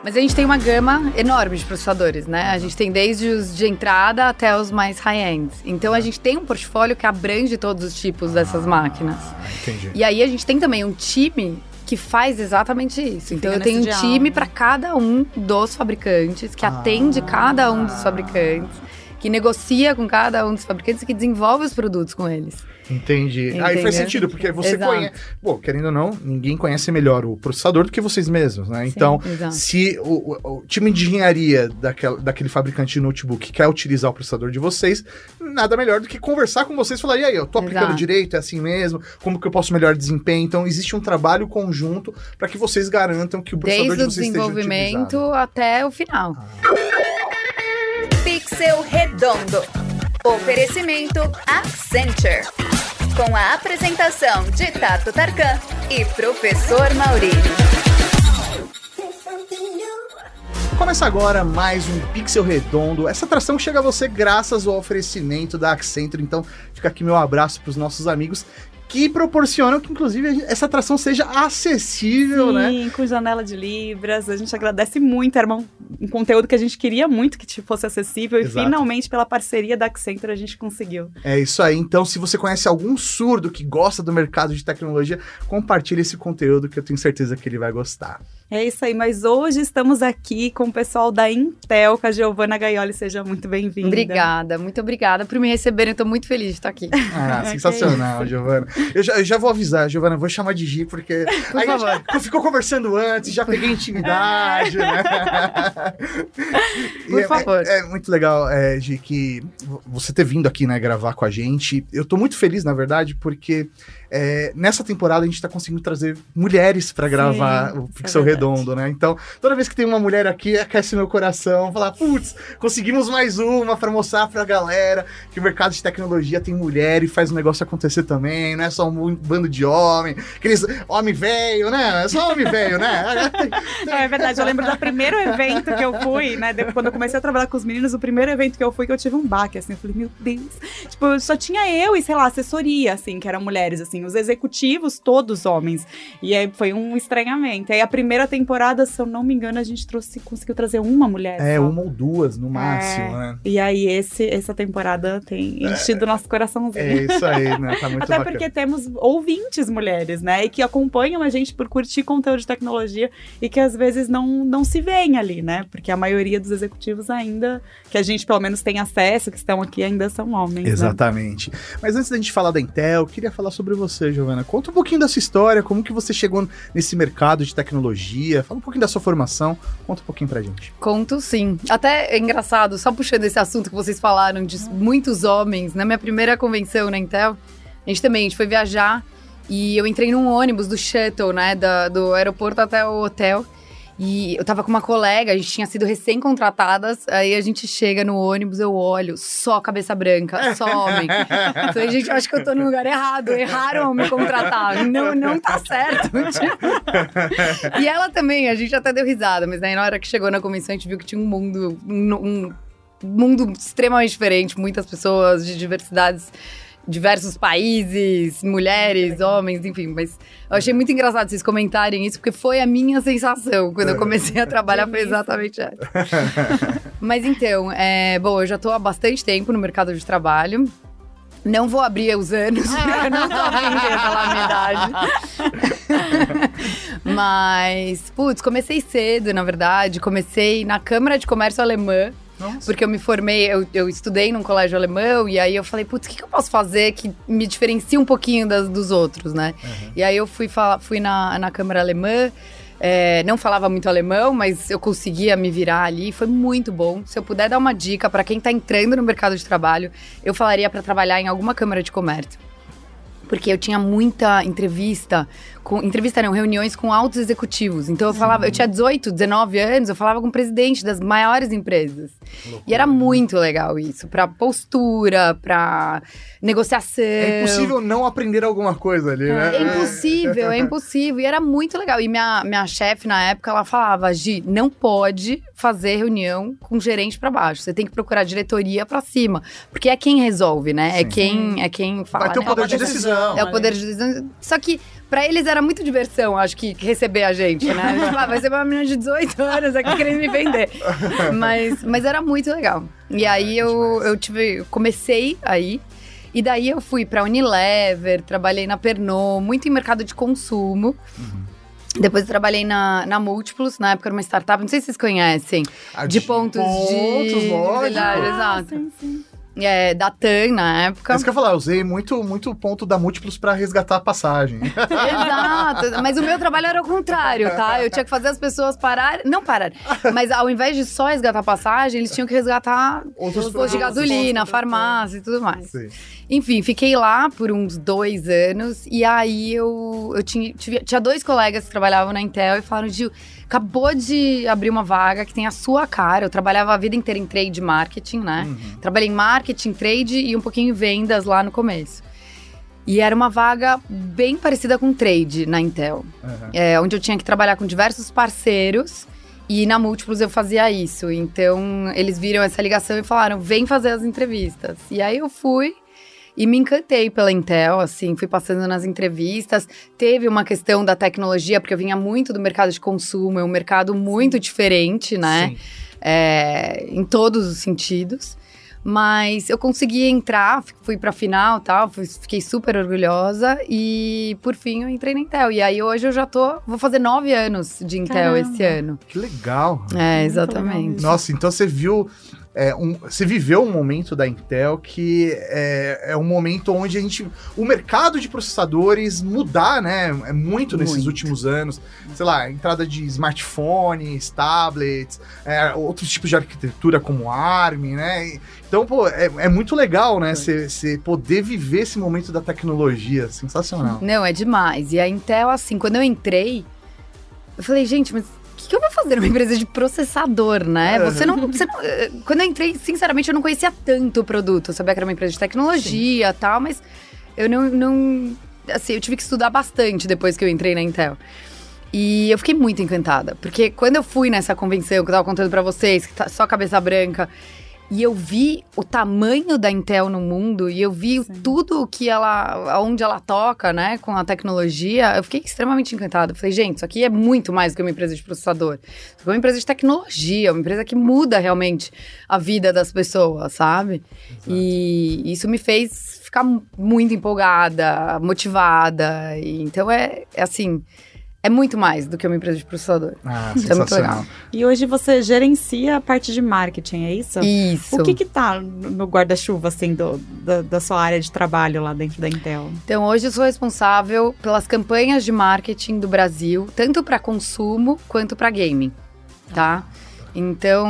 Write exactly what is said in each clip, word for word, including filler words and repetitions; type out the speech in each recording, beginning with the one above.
Mas a gente tem uma gama enorme de processadores, né? A gente tem desde os de entrada até os mais high-end. Então a gente tem um portfólio que abrange todos os tipos dessas máquinas. Entendi. E aí a gente tem também um time que faz exatamente isso. Então eu tenho um time para cada um dos fabricantes, que atende cada um dos fabricantes, que negocia com cada um dos fabricantes e que desenvolve os produtos com eles. Entendi. Entendeu? Aí faz sentido, porque você Exato. conhece... Bom, querendo ou não, ninguém conhece melhor o processador do que vocês mesmos, né? Sim, então, exato. se o, o, o time de engenharia daquela, daquele fabricante de notebook quer utilizar o processador de vocês, nada melhor do que conversar com vocês e falar, e aí, eu tô aplicando Exato. direito, é assim mesmo? Como que eu posso melhorar desempenho? Então, existe um trabalho conjunto para que vocês garantam que o processador Desde de o vocês esteja desenvolvimento utilizado. até o final. Pixel Redondo. Oferecimento Accenture. Com a apresentação de Tato Tarkan e Professor Mauri. Começa agora mais um Pixel Redondo. Essa atração chega a você graças ao oferecimento da Accenture. Então, fica aqui meu abraço para os nossos amigos que proporcionam que, inclusive, essa atração seja acessível, Sim, né? Sim, com janela de libras. A gente agradece muito. Era um, um conteúdo que a gente queria muito que fosse acessível. Exato. E, finalmente, pela parceria da Accenture, a gente conseguiu. É isso aí. Então, se você conhece algum surdo que gosta do mercado de tecnologia, compartilhe esse conteúdo que eu tenho certeza que ele vai gostar. É isso aí, mas hoje estamos aqui com o pessoal da Intel, com a Giovana Gaioli. Seja muito bem-vinda. Obrigada, muito obrigada por me receberem. Eu tô muito feliz de estar aqui. Ah, sensacional, eu Giovana. Eu já, eu já vou avisar, Giovana, vou chamar de Gi, porque Por a favor. gente ficou conversando antes, já peguei intimidade, né? Por E é- favor. É, é muito legal, é, Gi, que você ter vindo aqui, né, gravar com a gente. Eu tô muito feliz, na verdade, porque é, nessa temporada a gente tá conseguindo trazer mulheres pra gravar Sim, o isso é Pixel verdade. Redondo, né? Então, toda vez que tem uma mulher aqui, aquece meu coração, falar, putz, conseguimos mais uma pra mostrar pra galera que o mercado de tecnologia tem mulher e faz o negócio acontecer também, não é só um bando de homem, aqueles homem velho, né? É só homem velho, né? Não, é verdade, eu lembro do primeiro evento que eu fui, né, de- quando eu comecei a trabalhar com os meninos, o primeiro evento que eu fui, que eu tive um baque, assim, eu falei, meu Deus, tipo, só tinha eu e, sei lá, assessoria, assim, que eram mulheres, assim, os executivos, todos homens, e aí foi um estranhamento, aí a primeira temporada, se eu não me engano, a gente trouxe, conseguiu trazer uma mulher É, só. uma ou duas no máximo, É. né? E aí esse, essa temporada tem enchido o nosso coraçãozinho. É isso aí, né? Tá muito Até bacana. porque temos ouvintes mulheres, né? E que acompanham a gente por curtir conteúdo de tecnologia e que às vezes não, não se veem ali, né? Porque a maioria dos executivos ainda, que a gente pelo menos tem acesso, que estão aqui, ainda são homens, né? Exatamente. Mas antes da gente falar da Intel, eu queria falar sobre você, Giovana. Conta um pouquinho da sua história, como que você chegou nesse mercado de tecnologia. Fala um pouquinho da sua formação. Conta um pouquinho pra gente. Conto sim. Até é engraçado, só puxando esse assunto que vocês falaram de muitos homens, na minha primeira convenção na Intel, a gente também, a gente foi viajar e eu entrei num ônibus do shuttle, né, da, do aeroporto até o hotel. E eu tava com uma colega, a gente tinha sido recém-contratadas, aí a gente chega no ônibus, eu olho, só cabeça branca, só homem. Eu falei, gente, eu acho que eu tô no lugar errado, erraram ao me contratar, não, não tá certo. Tipo. E ela também, a gente até deu risada, mas aí na hora que chegou na convenção, a gente viu que tinha um mundo, um, um mundo extremamente diferente, muitas pessoas de diversidades, diversos países, mulheres, homens, enfim, mas eu achei muito engraçado vocês comentarem isso, porque foi a minha sensação quando eu comecei a trabalhar, foi exatamente essa. Mas então, é, bom, eu já tô há bastante tempo no mercado de trabalho, não vou abrir os anos, porque eu não tô afim de falar a minha idade. Mas, putz, comecei cedo, na verdade, comecei na Câmara de Comércio Alemã, Nossa. porque eu me formei, eu, eu estudei num colégio alemão, e aí eu falei, putz, o que, que eu posso fazer que me diferencie um pouquinho das, dos outros, né? Uhum. E aí eu fui, fala, fui na, na Câmara Alemã, é, não falava muito alemão, mas eu conseguia me virar ali, foi muito bom. Se eu puder dar uma dica para quem tá entrando no mercado de trabalho, eu falaria para trabalhar em alguma Câmara de Comércio. Porque eu tinha muita entrevista, com, entrevista não, reuniões com altos executivos. Então eu falava, eu tinha dezoito, dezenove anos, eu falava com o presidente das maiores empresas. E era muito legal isso, pra postura, pra negociação. É impossível não aprender alguma coisa ali, né? É impossível, é impossível. E era muito legal. E minha, minha chefe, na época, ela falava, Gi, não pode fazer reunião com gerente pra baixo. Você tem que procurar diretoria pra cima. Porque é quem resolve, né? É Sim. quem, é quem fala. Vai ter o né? poder de decisão. É o poder de decisão. Só que pra eles era muito diversão, acho que, receber a gente, né? Tipo, ah, vai ser uma menina de dezoito anos aqui querendo me vender. Mas, mas era muito legal. E aí eu, eu tive, eu comecei aí. E daí eu fui pra Unilever, trabalhei na Pernod, muito em mercado de consumo. Uhum. Depois eu trabalhei na, na Múltiplos, na época era uma startup, não sei se vocês conhecem. Ah, de de pontos, pontos de... lógico. Verdade, Ah, exato. sim, sim. É, da TAM na época. É isso que eu ia falar, eu usei muito, muito ponto da Múltiplos pra resgatar a passagem. Exato, mas o meu trabalho era o contrário, tá? Eu tinha que fazer as pessoas parar, não parar, mas ao invés de só resgatar passagem, eles tinham que resgatar Outros os postos de produtos, gasolina, outros farmácia e tudo mais. Sim. Enfim, fiquei lá por uns dois anos e aí eu, eu tinha, tive, tinha dois colegas que trabalhavam na Intel e falaram, Gil, acabou de abrir uma vaga que tem a sua cara. Eu trabalhava a vida inteira em trade marketing, né? Uhum. Trabalhei em marketing, trade e um pouquinho em vendas lá no começo. E era uma vaga bem parecida com trade na Intel. Uhum. É, onde eu tinha que trabalhar com diversos parceiros. E na Múltiplos eu fazia isso. Então, eles viram essa ligação e falaram, vem fazer as entrevistas. E aí eu fui. E me encantei pela Intel, assim, fui passando nas entrevistas. Teve uma questão da tecnologia, porque eu vinha muito do mercado de consumo, é um mercado muito diferente, né? É, em todos os sentidos. Mas eu consegui entrar, fui pra final e tal, fui, fiquei super orgulhosa. E, por fim, eu entrei na Intel. E aí, hoje eu já tô, vou fazer nove anos de Intel. Caramba. Esse ano. Que legal! É, exatamente. Nossa, então você viu... É, um, você viveu um momento da Intel que é, é um momento onde a gente, o mercado de processadores mudar, né? É muito nesses muito. últimos anos. Sei lá, entrada de smartphones, tablets, é, outros tipos de arquitetura como ARM, né? Então, pô, é, é muito legal, né? Você poder viver esse momento da tecnologia. Sensacional. Não, é demais. E a Intel, assim, quando eu entrei, eu falei, gente, mas... O que eu vou fazer numa empresa de processador, né? Você não, você não... Quando eu entrei, sinceramente, eu não conhecia tanto o produto. Eu sabia que era uma empresa de tecnologia e tal, mas eu não, não... Assim, eu tive que estudar bastante depois que eu entrei na Intel. E eu fiquei muito encantada. Porque quando eu fui nessa convenção que eu tava contando pra vocês, que tá só cabeça branca... E eu vi o tamanho da Intel no mundo e eu vi Sim. tudo que ela, onde ela toca, né, com a tecnologia. Eu fiquei extremamente encantada. Eu falei, gente, isso aqui é muito mais do que uma empresa de processador. Isso aqui é uma empresa de tecnologia, uma empresa que muda realmente a vida das pessoas, sabe? Exato. E isso me fez ficar muito empolgada, motivada. E, então, é, é assim... É muito mais do que uma empresa de processador. Ah, isso é muito legal. E hoje você gerencia a parte de marketing, é isso? Isso. O que que tá no guarda-chuva, assim, do, da, da sua área de trabalho lá dentro da Intel? Então, hoje eu sou responsável pelas campanhas de marketing do Brasil, tanto para consumo quanto para gaming, tá? Então,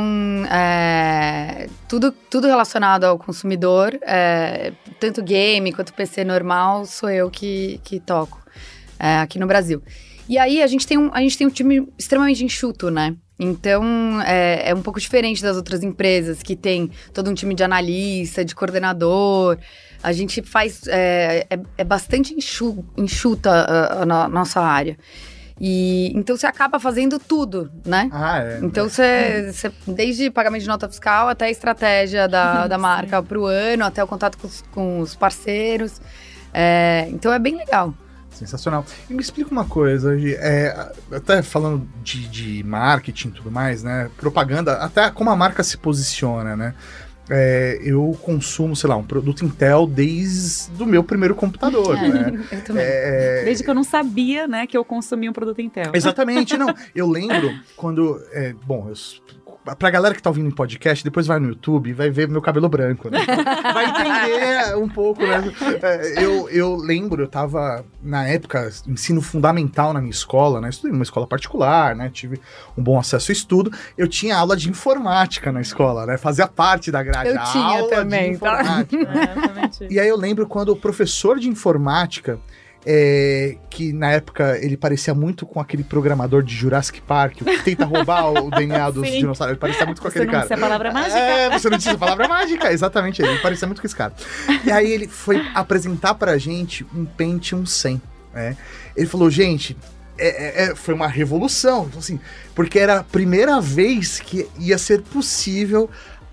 é, tudo, tudo relacionado ao consumidor, é, tanto game quanto P C normal, sou eu que, que toco é, aqui no Brasil. E aí, a gente tem um, a gente tem um time extremamente enxuto, né? Então, é, é um pouco diferente das outras empresas, que tem todo um time de analista, de coordenador. A gente faz... É, é, é bastante enxu, enxuta a, a, a nossa área. E, então, você acaba fazendo tudo, né? Ah, é. Então, você, você desde pagamento de nota fiscal até a estratégia da, da marca para o ano, até o contato com os, com os parceiros. É, então, é bem legal. Sensacional. E me explica uma coisa, é, até falando de, de marketing e tudo mais, né? Propaganda, até como a marca se posiciona, né? É, eu consumo, sei lá, um produto Intel desde o meu primeiro computador, é, né? Eu também. É, desde que eu não sabia, né, que eu consumia um produto Intel. Exatamente, não. Eu lembro quando... É, bom, eu... Pra galera que tá ouvindo em podcast, depois vai no YouTube e vai ver meu cabelo branco, né? Vai entender um pouco, né? Eu, eu lembro, eu tava, na época, ensino fundamental na minha escola, né? Estudei numa escola particular, né? Tive um bom acesso ao estudo. Eu tinha aula de informática na escola, né? Fazia parte da grade. Eu tinha aula também, de informática. Tá? Né? E aí eu lembro quando o professor de informática... É, que na época ele parecia muito com aquele programador de Jurassic Park, que tenta roubar o D N A dos Sim. dinossauros. Ele parecia muito com você aquele cara. Você não disse a palavra mágica. É, você não disse a palavra mágica, exatamente. Ele parecia muito com esse cara. E aí ele foi apresentar pra gente um Pentium cem. Né? Ele falou, gente... É, é, foi uma revolução, assim, porque era a primeira vez que ia ser possível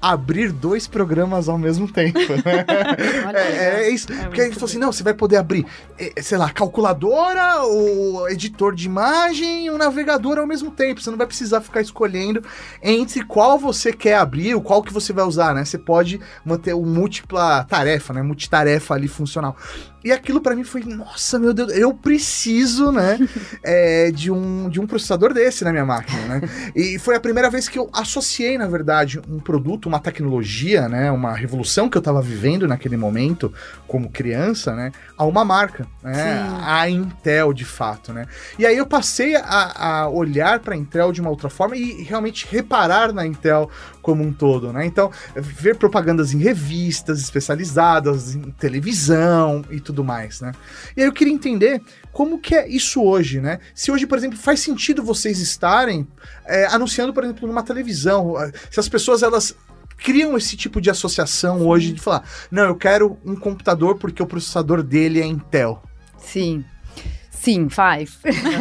abrir dois programas ao mesmo tempo. Olha, é, é isso. É Porque a gente falou assim, não, você vai poder abrir, é, sei lá, calculadora, o editor de imagem e o navegador ao mesmo tempo. Você não vai precisar ficar escolhendo entre qual você quer abrir, o qual que você vai usar, né? Você pode manter o múltipla tarefa, né? Multitarefa ali funcional. E aquilo pra mim foi, nossa, meu Deus, eu preciso, né, é, de, um, de um processador desse na minha máquina, né? E foi a primeira vez que eu associei, na verdade, um produto, uma tecnologia, né, uma revolução que eu tava vivendo naquele momento, como criança, né, a uma marca, né, Sim. a Intel, de fato, né? E aí eu passei a, a olhar pra Intel de uma outra forma e realmente reparar na Intel como um todo, né? Então, ver propagandas em revistas especializadas, em televisão e tudo mais, né? E aí eu queria entender como que é isso hoje, né? Se hoje, por exemplo, faz sentido vocês estarem é, anunciando, por exemplo, numa televisão, se as pessoas, elas criam esse tipo de associação Sim. hoje de falar, não, eu quero um computador porque o processador dele é Intel. Sim. Sim, faz.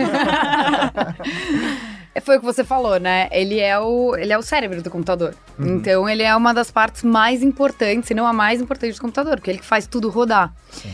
Foi o que você falou, né? Ele é o, ele é o cérebro do computador. Uhum. Então, ele é uma das partes mais importantes, se não a mais importante do computador, porque ele que faz tudo rodar. Sim.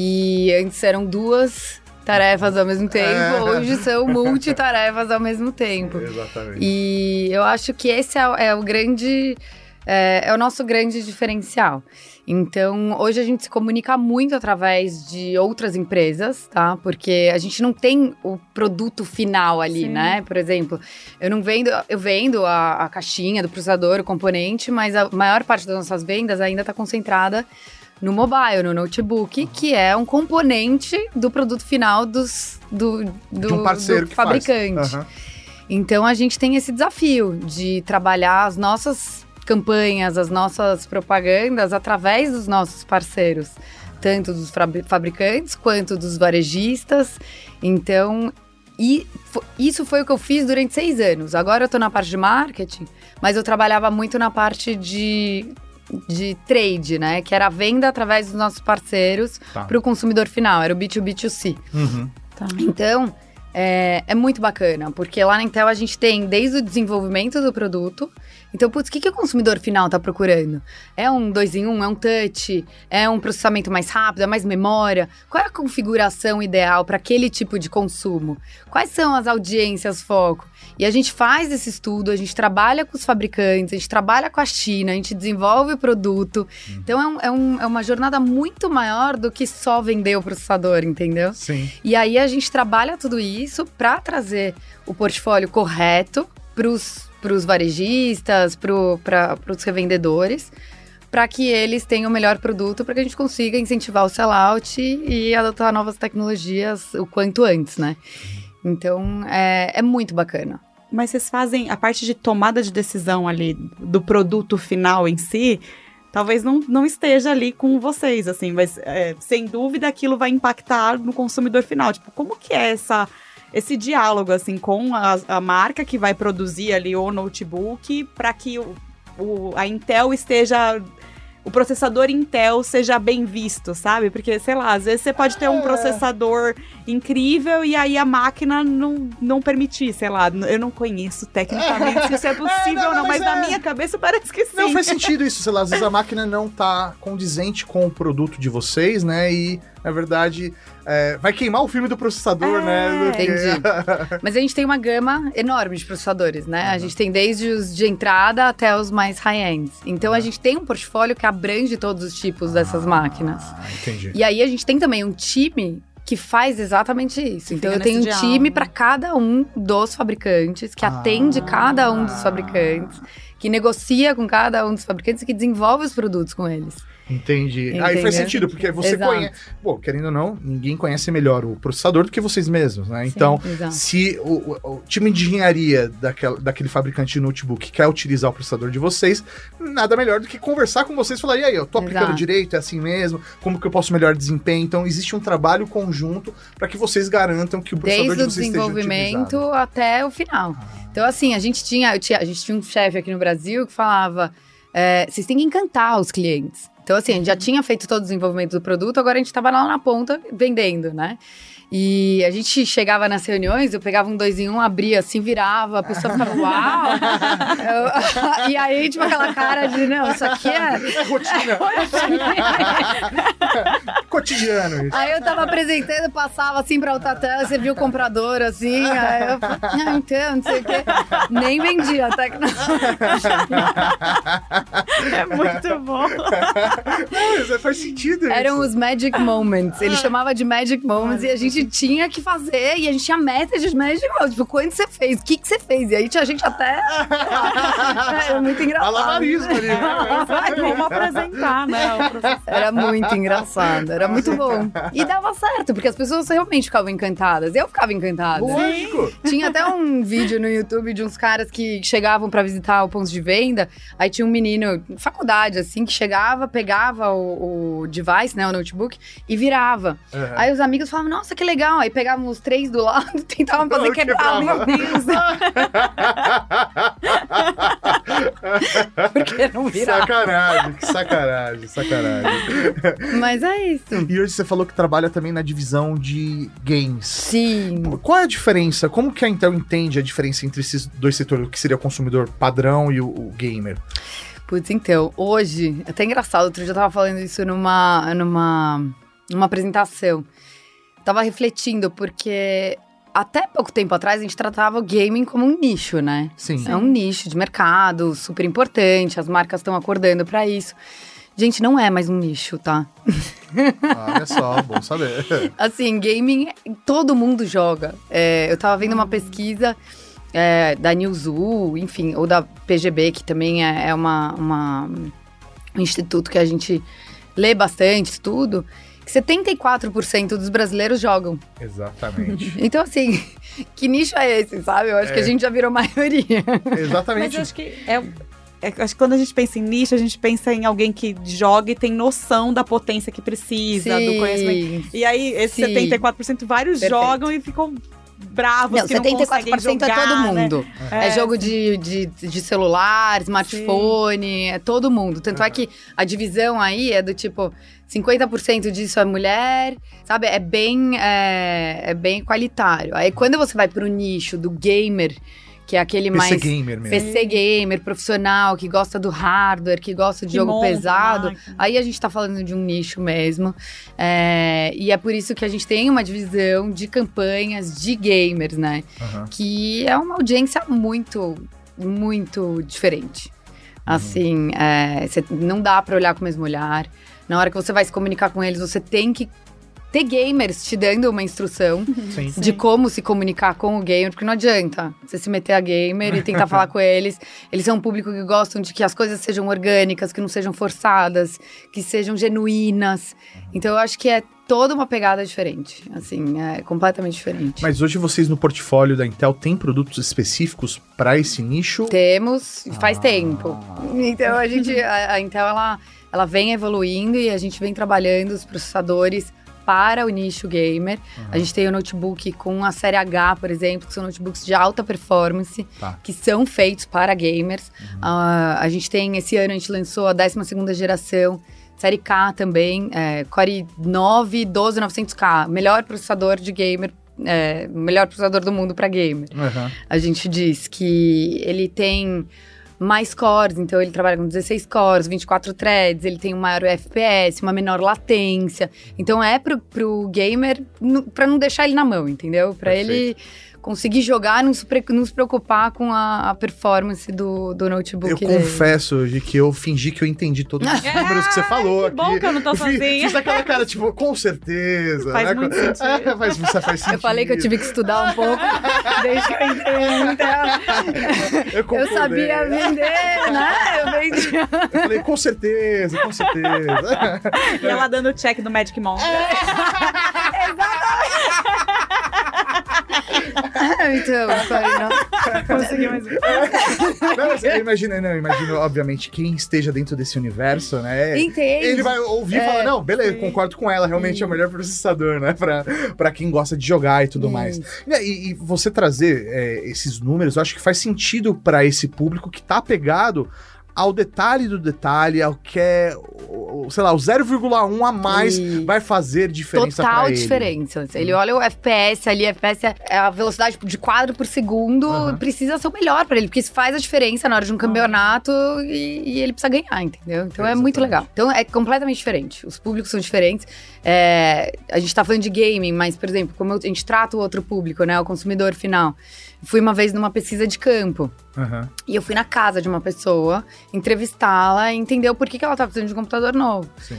E antes eram duas tarefas ao mesmo tempo, é. hoje são multitarefas ao mesmo tempo. Exatamente. E eu acho que esse é, é o grande... É, é o nosso grande diferencial. Então, hoje a gente se comunica muito através de outras empresas, tá? Porque a gente não tem o produto final ali, Sim. né? Por exemplo, eu não vendo, eu vendo a, a caixinha do processador, o componente, mas a maior parte das nossas vendas ainda está concentrada no mobile, no notebook, uhum. que é um componente do produto final dos, do, do, de um parceiro do fabricante. Uhum. Então, a gente tem esse desafio de trabalhar as nossas campanhas, as nossas propagandas através dos nossos parceiros, tanto dos fabricantes quanto dos varejistas. Então, e isso foi o que eu fiz durante seis anos. Agora eu tô na parte de marketing, mas eu trabalhava muito na parte de, de trade, né? Que era a venda através dos nossos parceiros tá. para o consumidor final, era o B dois B dois C. Uhum. Tá. Então, é, é muito bacana, porque lá na Intel a gente tem desde o desenvolvimento do produto. Então, putz, o que, que o consumidor final está procurando? É um dois em um? É um touch? É um processamento mais rápido? É mais memória? Qual é a configuração ideal para aquele tipo de consumo? Quais são as audiências foco? E a gente faz esse estudo, a gente trabalha com os fabricantes, a gente trabalha com a China, a gente desenvolve o produto. Hum. Então, é, um, é, um, é uma jornada muito maior do que só vender o processador, entendeu? Sim. E aí, a gente trabalha tudo isso para trazer o portfólio correto para os para os varejistas, para os revendedores, para que eles tenham o melhor produto, para que a gente consiga incentivar o sellout e, e adotar novas tecnologias o quanto antes, né? Então, é, é muito bacana. Mas vocês fazem a parte de tomada de decisão ali do produto final em si, talvez não, não esteja ali com vocês, assim, mas é, sem dúvida aquilo vai impactar no consumidor final. Tipo, como que é essa... esse diálogo, assim, com a, a marca que vai produzir ali o notebook para que o, o, a Intel esteja... o processador Intel seja bem visto, sabe? Porque, sei lá, às vezes você pode ter um processador incrível e aí a máquina não, não permitir, sei lá. Eu não conheço tecnicamente se isso é possível é, não, ou não, mas, mas é... na minha cabeça parece que sim. Não, faz sentido isso, sei lá, às vezes a máquina não tá condizente com o produto de vocês, né? E, na verdade... É, vai queimar o filme do processador, é, né? Entendi. Mas a gente tem uma gama enorme de processadores, né? Uhum. A gente tem desde os de entrada até os mais high-end. Então, uhum. a gente tem um portfólio que abrange todos os tipos dessas ah, máquinas. Entendi. E aí, a gente tem também um time que faz exatamente isso. Então, Fica eu tenho um diálogo. time para cada um dos fabricantes, que ah, atende cada um dos fabricantes, que negocia com cada um dos fabricantes e que desenvolve os produtos com eles. Entendi. Entendeu? Aí faz sentido, porque você Exato. conhece... Bom, querendo ou não, ninguém conhece melhor o processador do que vocês mesmos, né? Sim, então, exato. se o, o, o time de engenharia daquela, daquele fabricante de notebook quer utilizar o processador de vocês, nada melhor do que conversar com vocês e falar, e aí, eu tô aplicando Exato. direito, é assim mesmo? Como que eu posso melhorar desempenho? Então, existe um trabalho conjunto para que vocês garantam que o processador Desde de vocês esteja utilizado. Desde o desenvolvimento até o final. Ah. Então, assim, a gente tinha, eu tinha, a gente tinha um chefe aqui no Brasil que falava, é, vocês têm que encantar os clientes. Então, assim, a gente já tinha feito todo o desenvolvimento do produto, agora a gente estava lá na ponta vendendo, né? E a gente chegava nas reuniões, eu pegava um dois em um, abria assim, virava, a pessoa ficava, uau! Eu, e aí, tipo, aquela cara de, não, isso aqui é... É rotina. Cotidiano isso. Aí eu tava apresentando, passava assim pra outra tela, você viu o comprador assim, aí eu falei, ah, então, não sei o quê. Nem vendia a tecnologia. É muito bom. Não, isso faz sentido. Eram isso. os Magic Moments. Ele chamava de Magic Moments e a gente tinha que fazer. E a gente tinha meta de Magic Moments. Tipo, quanto você fez? O que, que você fez? E aí tinha gente até... Era muito engraçado. Alabarismo ali, né? Vamos apresentar, né? o processo. Era muito engraçado. Era muito bom. E dava certo, porque as pessoas realmente ficavam encantadas. Eu ficava encantada. Lógico. Tinha até um vídeo no YouTube de uns caras que chegavam pra visitar o ponto de venda. Aí tinha um menino, faculdade, assim, que chegava, pegava o, o device, né, o notebook, e virava. Uhum. Aí os amigos falavam, nossa, que legal. Aí pegavam os três do lado, tentavam fazer Não, quebrar. quebrava. Meu Deus. Porque não Que virava. sacanagem, que sacanagem, sacanagem. Mas é isso. E hoje você falou que trabalha também na divisão de games. Sim. Qual é a diferença? Como que a Intel entende a diferença entre esses dois setores, o que seria o consumidor padrão e o, o gamer? Putz, então, hoje, é até engraçado, outro dia eu tava falando isso numa, numa, numa apresentação. Tava refletindo, porque até pouco tempo atrás a gente tratava o gaming como um nicho, né? Sim. É um nicho de mercado super importante, as marcas estão acordando pra isso. Gente, não é mais um nicho, tá? Olha só, bom saber. Assim, gaming, todo mundo joga. É, eu tava vendo uma pesquisa é, da Newzoo, enfim, ou da P G B, que também é, é uma, uma, um instituto que a gente lê bastante, estudo, que setenta e quatro por cento dos brasileiros jogam. Exatamente. Então, assim, que nicho é esse, sabe? Eu acho É. que a gente já virou maioria. Mas Exatamente. eu acho que é, é, acho que quando a gente pensa em nicho, a gente pensa em alguém que joga e tem noção da potência que precisa, do conhecimento. E aí, esse Sim. setenta e quatro por cento vários Perfeito. jogam e ficam bravos Não, que não setenta e quatro por cento conseguem é todo jogar, né? mundo. É, É, jogo de, de, de celular, smartphone, é todo mundo. Tanto é que a divisão aí é do tipo, cinquenta por cento disso é mulher, sabe? É bem, é, é bem qualitário. Aí quando você vai pro nicho do gamer, que é aquele P C mais... gamer mesmo. P C gamer, profissional, que gosta do hardware, que gosta de Que jogo monta pesado. máquina. Aí a gente tá falando de um nicho mesmo. É, e é por isso que a gente tem uma divisão de campanhas de gamers, né? Aham. Que é uma audiência muito, muito diferente. Assim, é, cê- não dá pra olhar com o mesmo olhar. Na hora que você vai se comunicar com eles, você tem que ter gamers te dando uma instrução Sim. de como se comunicar com o gamer, porque não adianta você se meter a gamer e tentar falar com eles. Eles são um público que gostam de que as coisas sejam orgânicas, que não sejam forçadas, que sejam genuínas. Então eu acho que é toda uma pegada diferente, assim, é completamente diferente. Mas hoje vocês no portfólio da Intel têm produtos específicos para esse nicho? Temos, faz Ah. tempo. Então a gente, a, a Intel, ela, ela vem evoluindo e a gente vem trabalhando os processadores para o nicho gamer. A gente tem o notebook com a série H, por exemplo, que são notebooks de alta performance, Tá. que são feitos para gamers. Ah, a gente tem, esse ano a gente lançou a décima segunda geração, série K também, é, Core nove doze novecentos K, melhor processador de gamer, é, melhor processador do mundo para gamer. Aham. A gente diz que ele tem mais cores, então ele trabalha com dezesseis cores, vinte e quatro threads, ele tem um maior F P S, uma menor latência. Então é pro, pro gamer, n- pra não deixar ele na mão, entendeu? Pra Perfeito. ele conseguir jogar e não se, pre- não se preocupar com a, a performance do, do notebook Eu dele. confesso de que eu fingi que eu entendi todos os números que você falou que aqui. bom que eu não tô Eu fi- sozinha. Fiz aquela cara, tipo, com certeza. Faz né? muito Co- sentido. É, faz, isso faz sentido. Eu falei que eu tive que estudar um pouco desde que eu entrei, então Eu, eu concordei. sabia vender, né? Eu vendi. Eu falei, com certeza, com certeza. E ela dando o check do Magic Monster. Então, eu falei, não. Consegui mais um. Não, mas eu imagino, não, eu imagino, obviamente, quem esteja dentro desse universo, né? Entende? Ele vai ouvir e É, falar, não, beleza, sim. concordo com ela, realmente Sim. é o melhor processador, né? Pra, pra quem gosta de jogar e tudo mais. E, e você trazer é, esses números, eu acho que faz sentido pra esse público que tá apegado ao detalhe do detalhe, ao que é, o- sei lá, o zero vírgula um a mais E- vai fazer diferença Total pra ele. diferença. Ele olha o F P S ali, F P S é a velocidade de quadro por segundo, Aham. precisa ser o melhor pra ele, porque isso faz a diferença na hora de um campeonato e, e ele precisa ganhar, entendeu? Então é muito Exatamente. legal. Então é completamente diferente. Os públicos são diferentes. É, a gente tá falando de gaming, mas, por exemplo, como eu- a gente trata o outro público, né? O consumidor final. Fui uma vez numa pesquisa de campo. Aham. E eu fui na casa de uma pessoa, entrevistá-la e entender o porquê que ela tá precisando de um computador novo. Sim.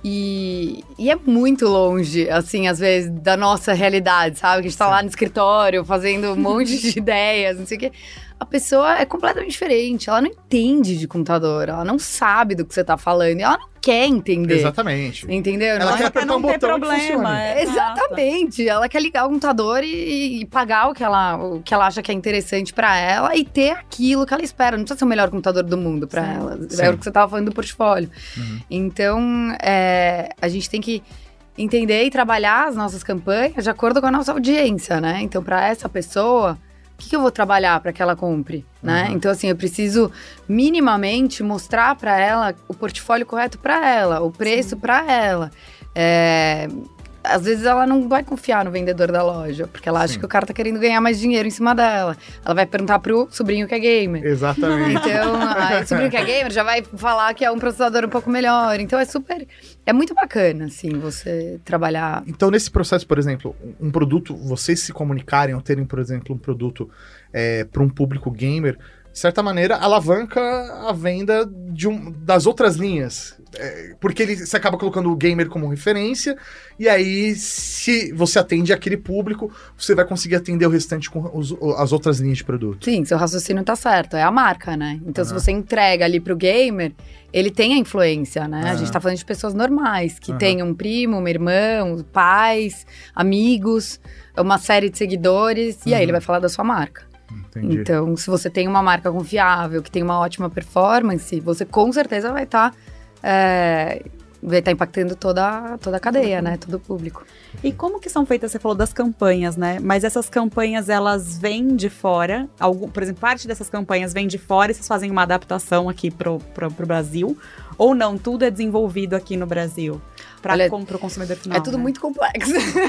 E, e é muito longe, assim, às vezes, da nossa realidade, sabe? Que a gente tá Sim. lá no escritório, fazendo um monte de ideias, não sei o quê. A pessoa é completamente diferente, ela não entende de computador, ela não sabe do que você tá falando, e ela não quer entender. Exatamente. Entendeu? Ela Não quer é- apertar não um ter botão que problema. funcione. é, Exatamente, ela quer ligar o computador e, e pagar o que, ela, o que ela acha que é interessante pra ela e ter aquilo que ela espera. Não precisa ser o melhor computador do mundo pra Sim. ela. Sim. É o que você tava falando do portfólio. Uhum. Então, é, a gente tem que entender e trabalhar as nossas campanhas de acordo com a nossa audiência, né? Então, pra essa pessoa, o que, que eu vou trabalhar para que ela compre, né? Uhum. Então, assim, eu preciso minimamente mostrar para ela o portfólio correto para ela, o preço para ela. É, às vezes ela não vai confiar no vendedor da loja, porque ela acha Sim. que o cara tá querendo ganhar mais dinheiro em cima dela. Ela vai perguntar pro sobrinho que é gamer. Exatamente. Então, aí o sobrinho que é gamer já vai falar que é um processador um pouco melhor. Então, é super... É muito bacana, assim, você trabalhar... Então, nesse processo, por exemplo, um um produto, vocês se comunicarem ou terem, por exemplo, um produto para um público gamer, de certa maneira, alavanca a venda de um, das outras linhas. É, porque ele, você acaba colocando o gamer como referência, e aí, se você atende aquele público, você vai conseguir atender o restante com os- as outras linhas de produto. Sim, seu raciocínio tá certo, é a marca, né? Então, se Aham. você entrega ali pro gamer, ele tem a influência, né? A Aham. gente tá falando de pessoas normais, que Aham. tem um primo, uma irmã, um pais, amigos, uma série de seguidores, e aí Uhum. ele vai falar da sua marca. Entendi. Então, se você tem uma marca confiável, que tem uma ótima performance, você com certeza vai estar vai estar impactando toda, toda a cadeia, né? Todo o público. E como que são feitas, você falou das campanhas, né? Mas essas campanhas, elas vêm de fora, algum, por exemplo, parte dessas campanhas vem de fora e vocês fazem uma adaptação aqui pro, pro, pro Brasil? Ou não, tudo é desenvolvido aqui no Brasil? Para Olha, o consumidor final, é tudo né? muito complexo.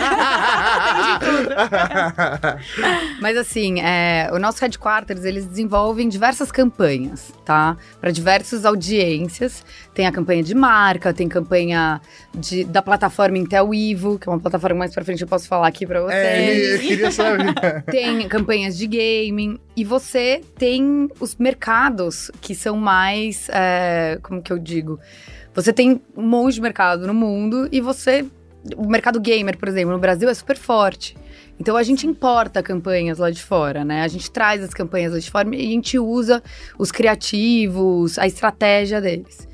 Mas assim, é, o nosso headquarters, eles desenvolvem diversas campanhas, tá? Para diversas audiências. Tem a campanha de marca, tem campanha de, da plataforma Intel Evo, que é uma plataforma mais pra frente eu posso falar aqui pra vocês. É, ele- eu queria saber. Tem campanhas de gaming. E você tem os mercados que são mais, é, como que eu digo? Você tem um monte de mercado no mundo e você... O mercado gamer, por exemplo, no Brasil é super forte. Então, a gente importa campanhas lá de fora, né? A gente traz as campanhas lá de fora e a gente usa os criativos, a estratégia deles.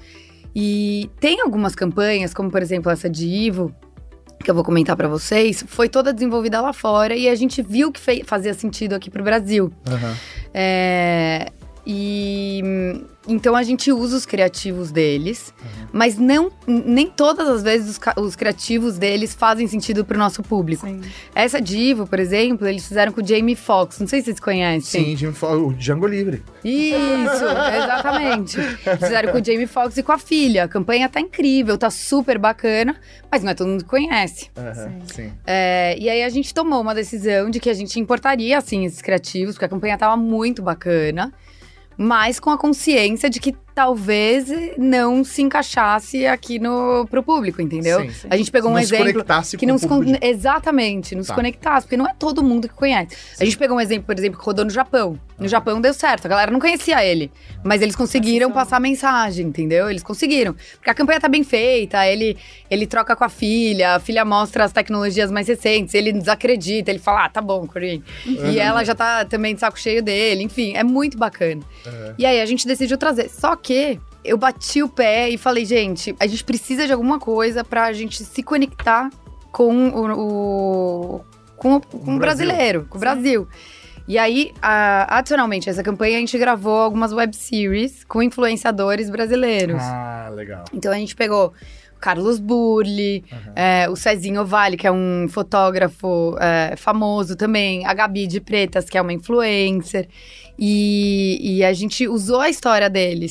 E tem algumas campanhas, como, por exemplo, essa de Ivo, que eu vou comentar pra vocês, foi toda desenvolvida lá fora e a gente viu que fe- fazia sentido aqui pro Brasil. Aham. É, e então a gente usa os criativos deles, mas não, nem todas as vezes os, ca- os criativos deles fazem sentido pro nosso público. Sim. Essa Divo, por exemplo, eles fizeram com o Jamie Foxx, não sei se vocês conhecem. Sim, Jim Fo- o Django Livre. Isso, exatamente. Fizeram com o Jamie Foxx e com a filha. A campanha tá incrível, tá super bacana, mas não é todo mundo que conhece. Aham, sim. É, e aí a gente tomou uma decisão de que a gente importaria, assim, esses criativos, porque a campanha tava muito bacana, mas com a consciência de que talvez não se encaixasse aqui no, pro público, entendeu? Sim, sim. A gente pegou um Não se exemplo conectasse que com não o se público con- exatamente, não Tá. se conectasse, porque não é todo mundo que conhece. A gente pegou um exemplo, por exemplo, que rodou no Japão. No Japão deu certo, a galera não conhecia ele, mas eles conseguiram Sensacional. passar a mensagem, entendeu? Eles conseguiram. Porque a campanha tá bem feita, ele, ele troca com a filha, a filha mostra as tecnologias mais recentes, ele desacredita, ele fala, ah, tá bom, Corinne. E ela já tá também de saco cheio dele, enfim, é muito bacana. Uhum. E aí a gente decidiu trazer. Só que eu bati o pé e falei, gente, a gente precisa de alguma coisa pra gente se conectar com o, o- com, o- com o Brasil. brasileiro, com o Brasil. E aí, a- adicionalmente, essa campanha a gente gravou algumas web series com influenciadores brasileiros. Ah, legal. Então a gente pegou o Carlos Burli, Aham. é, o Cezinho Vale, que é um fotógrafo é, famoso também, a Gabi de Pretas, que é uma influencer, e, e a gente usou a história deles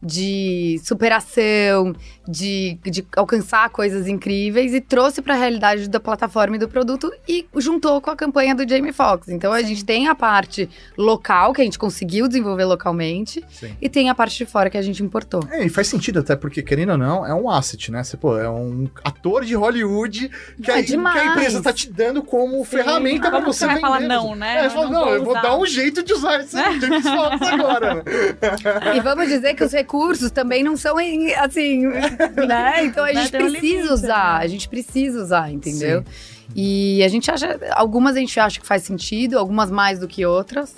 de superação, de, de alcançar coisas incríveis e trouxe para a realidade da plataforma e do produto e juntou com a campanha do Jamie Foxx. Então, a Sim. gente tem a parte local, que a gente conseguiu desenvolver localmente, Sim. e tem a parte de fora que a gente importou. É, e faz sentido até, porque, querendo ou não, é um asset, né? Você, pô, é um ator de Hollywood que, É a, demais. que a empresa tá te dando como ferramenta pra Como você você vai vender. falar não, né? É, você fala, Não não, vou eu vou usar. dar um jeito de usar esse James Fox agora, né? E vamos dizer que os recursos também não são, em, assim, né? Então a Vai gente ter um precisa limite, usar, né? a gente precisa usar, entendeu? E a gente acha, algumas a gente acha que faz sentido, algumas mais do que outras,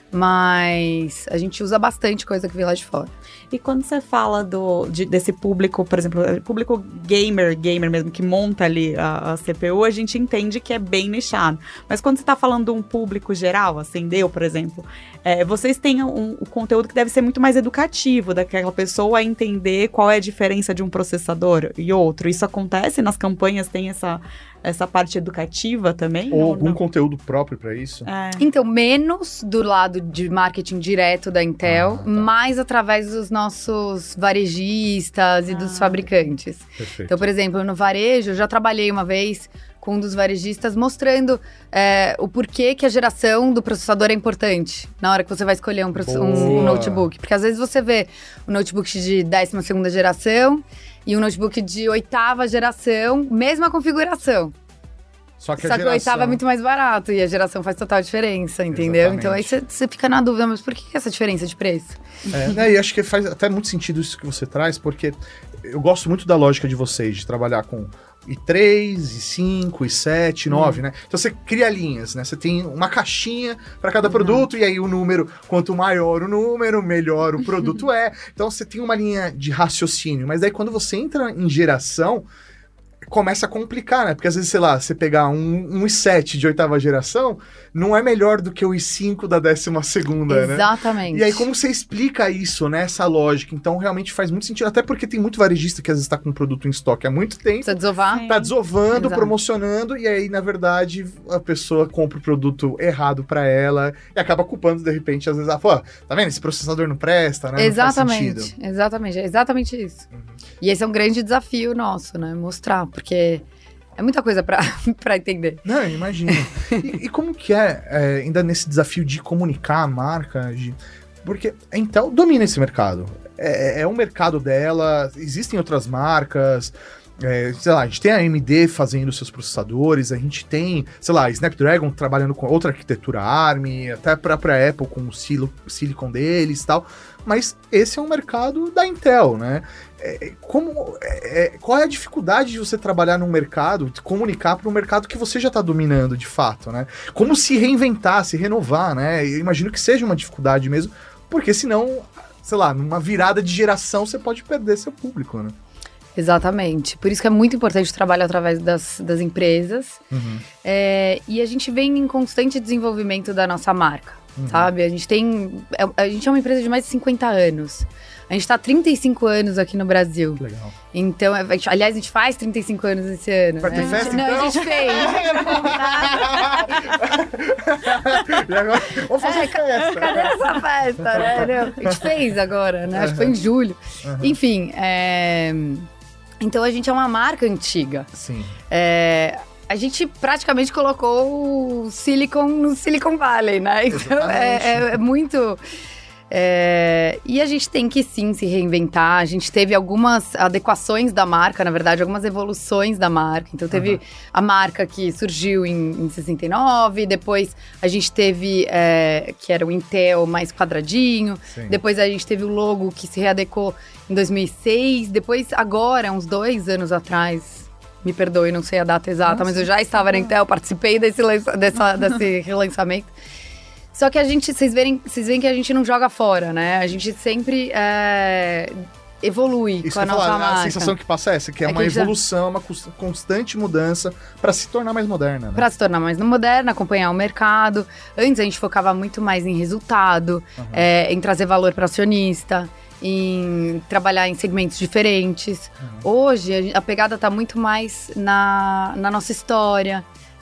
mas a gente usa bastante coisa que vem lá de fora. E quando você fala do, de- desse público, por exemplo, público gamer, gamer mesmo, que monta ali a, a C P U, a gente entende que é bem nichado. Mas quando você tá falando de um público geral, assim, eu, por exemplo, é, vocês têm um, um conteúdo que deve ser muito mais educativo, daquela pessoa entender qual é a diferença de um processador e outro. Isso acontece nas campanhas, tem essa, essa parte educativa também? Ou Não, algum não. conteúdo próprio pra isso? É. Então, menos do lado de marketing direto da Intel, Ah, tá. mais através dos nossos varejistas e dos Ah. fabricantes. Perfeito. Então, por exemplo, no varejo, eu já trabalhei uma vez com um dos varejistas mostrando é, o porquê que a geração do processador é importante na hora que você vai escolher um, proce- um Boa. notebook. Porque às vezes você vê um notebook de décima segunda geração e um notebook de oitava geração, mesma configuração. Só que a Só que o geração... oitavo é muito mais barato e a geração faz total diferença, entendeu? Exatamente. Então aí você você fica na dúvida, mas por que essa diferença de preço? É, né, e acho que faz até muito sentido isso que você traz, porque eu gosto muito da lógica de vocês, de trabalhar com i três, i cinco, i sete, i nove, né? Então você cria linhas, né? Você tem uma caixinha para cada produto, e aí o número, quanto maior o número, melhor o produto é. Então você tem uma linha de raciocínio, mas daí quando você entra em geração, começa a complicar, né? Porque às vezes, sei lá, você pegar um, um i sete de oitava geração, não é melhor do que o i cinco da décima segunda, né? Exatamente. E aí, como você explica isso, né? Essa lógica? Então, realmente faz muito sentido. Até porque tem muito varejista que às vezes está com um produto em estoque há muito tempo, Precisa desovar? Sim. tá desovando, Exato. promocionando, e aí, na verdade, a pessoa compra o produto errado pra ela e acaba culpando, de repente, às vezes, ah, pô, tá vendo? Esse processador não presta, né? Não faz Exatamente, sentido. exatamente, é exatamente isso. E esse é um grande desafio nosso, né? Mostrar, porque é muita coisa pra, pra entender. Não, eu imagino. e, e como que é, é, ainda nesse desafio de comunicar a marca, de... porque a Intel domina esse mercado. É, é um mercado dela, existem outras marcas, é, sei lá, a gente tem a A M D fazendo seus processadores, a gente tem, sei lá, Snapdragon trabalhando com outra arquitetura ARM, até para a Apple com o silo, Silicon deles e tal, mas esse é um mercado da Intel, né? É, como, é, é, qual é a dificuldade de você trabalhar num mercado, de comunicar para um mercado que você já está dominando de fato, né? Como se reinventar, se renovar, né? Eu imagino que seja uma dificuldade mesmo, porque senão, sei lá, numa virada de geração você pode perder seu público, né? Exatamente. Por isso que é muito importante o trabalho através das, das empresas. Uhum. É, e a gente vem em constante desenvolvimento da nossa marca, Uhum. sabe? A gente tem... é- A gente é uma empresa de mais de cinquenta anos. A gente tá há trinta e cinco anos aqui no Brasil. Que legal. Então, a gente- aliás, a gente faz trinta e cinco anos esse ano. Vai ter né? festa, Não, então? a gente fez. E agora, vamos fazer É, ca- festa. Cadê essa festa, né? Não, a gente fez agora, né? Acho que foi em julho. Uhum. Enfim, é... então a gente é uma marca antiga. Sim. É, A gente praticamente colocou o Silicon no Silicon Valley, né? Então é, é- é muito... é, E a gente tem que sim se reinventar. A gente teve algumas adequações da marca, na verdade, algumas evoluções da marca. Então teve Uhum. a marca que surgiu em, em sessenta e nove, depois a gente teve, é, que era o Intel mais quadradinho, Sim. depois a gente teve o logo que se readequou em dois mil e seis, depois agora, uns dois anos atrás, me perdoe, não sei a data exata, Nossa, mas eu já estava na Intel, participei desse, lança- dessa, desse relançamento. Só que a gente, vocês verem, vocês veem que a gente não joga fora, né? A gente sempre é, evolui Isso com a que eu ia nossa falar, marca. a sensação que passa é essa, que é, É uma que já- evolução, uma cons- constante mudança para se tornar mais moderna, né? Pra se tornar mais moderna, acompanhar o mercado. Antes a gente focava muito mais em resultado, é, em trazer valor para acionista, em trabalhar em segmentos diferentes. Hoje a, gen- a pegada tá muito mais na, na nossa história,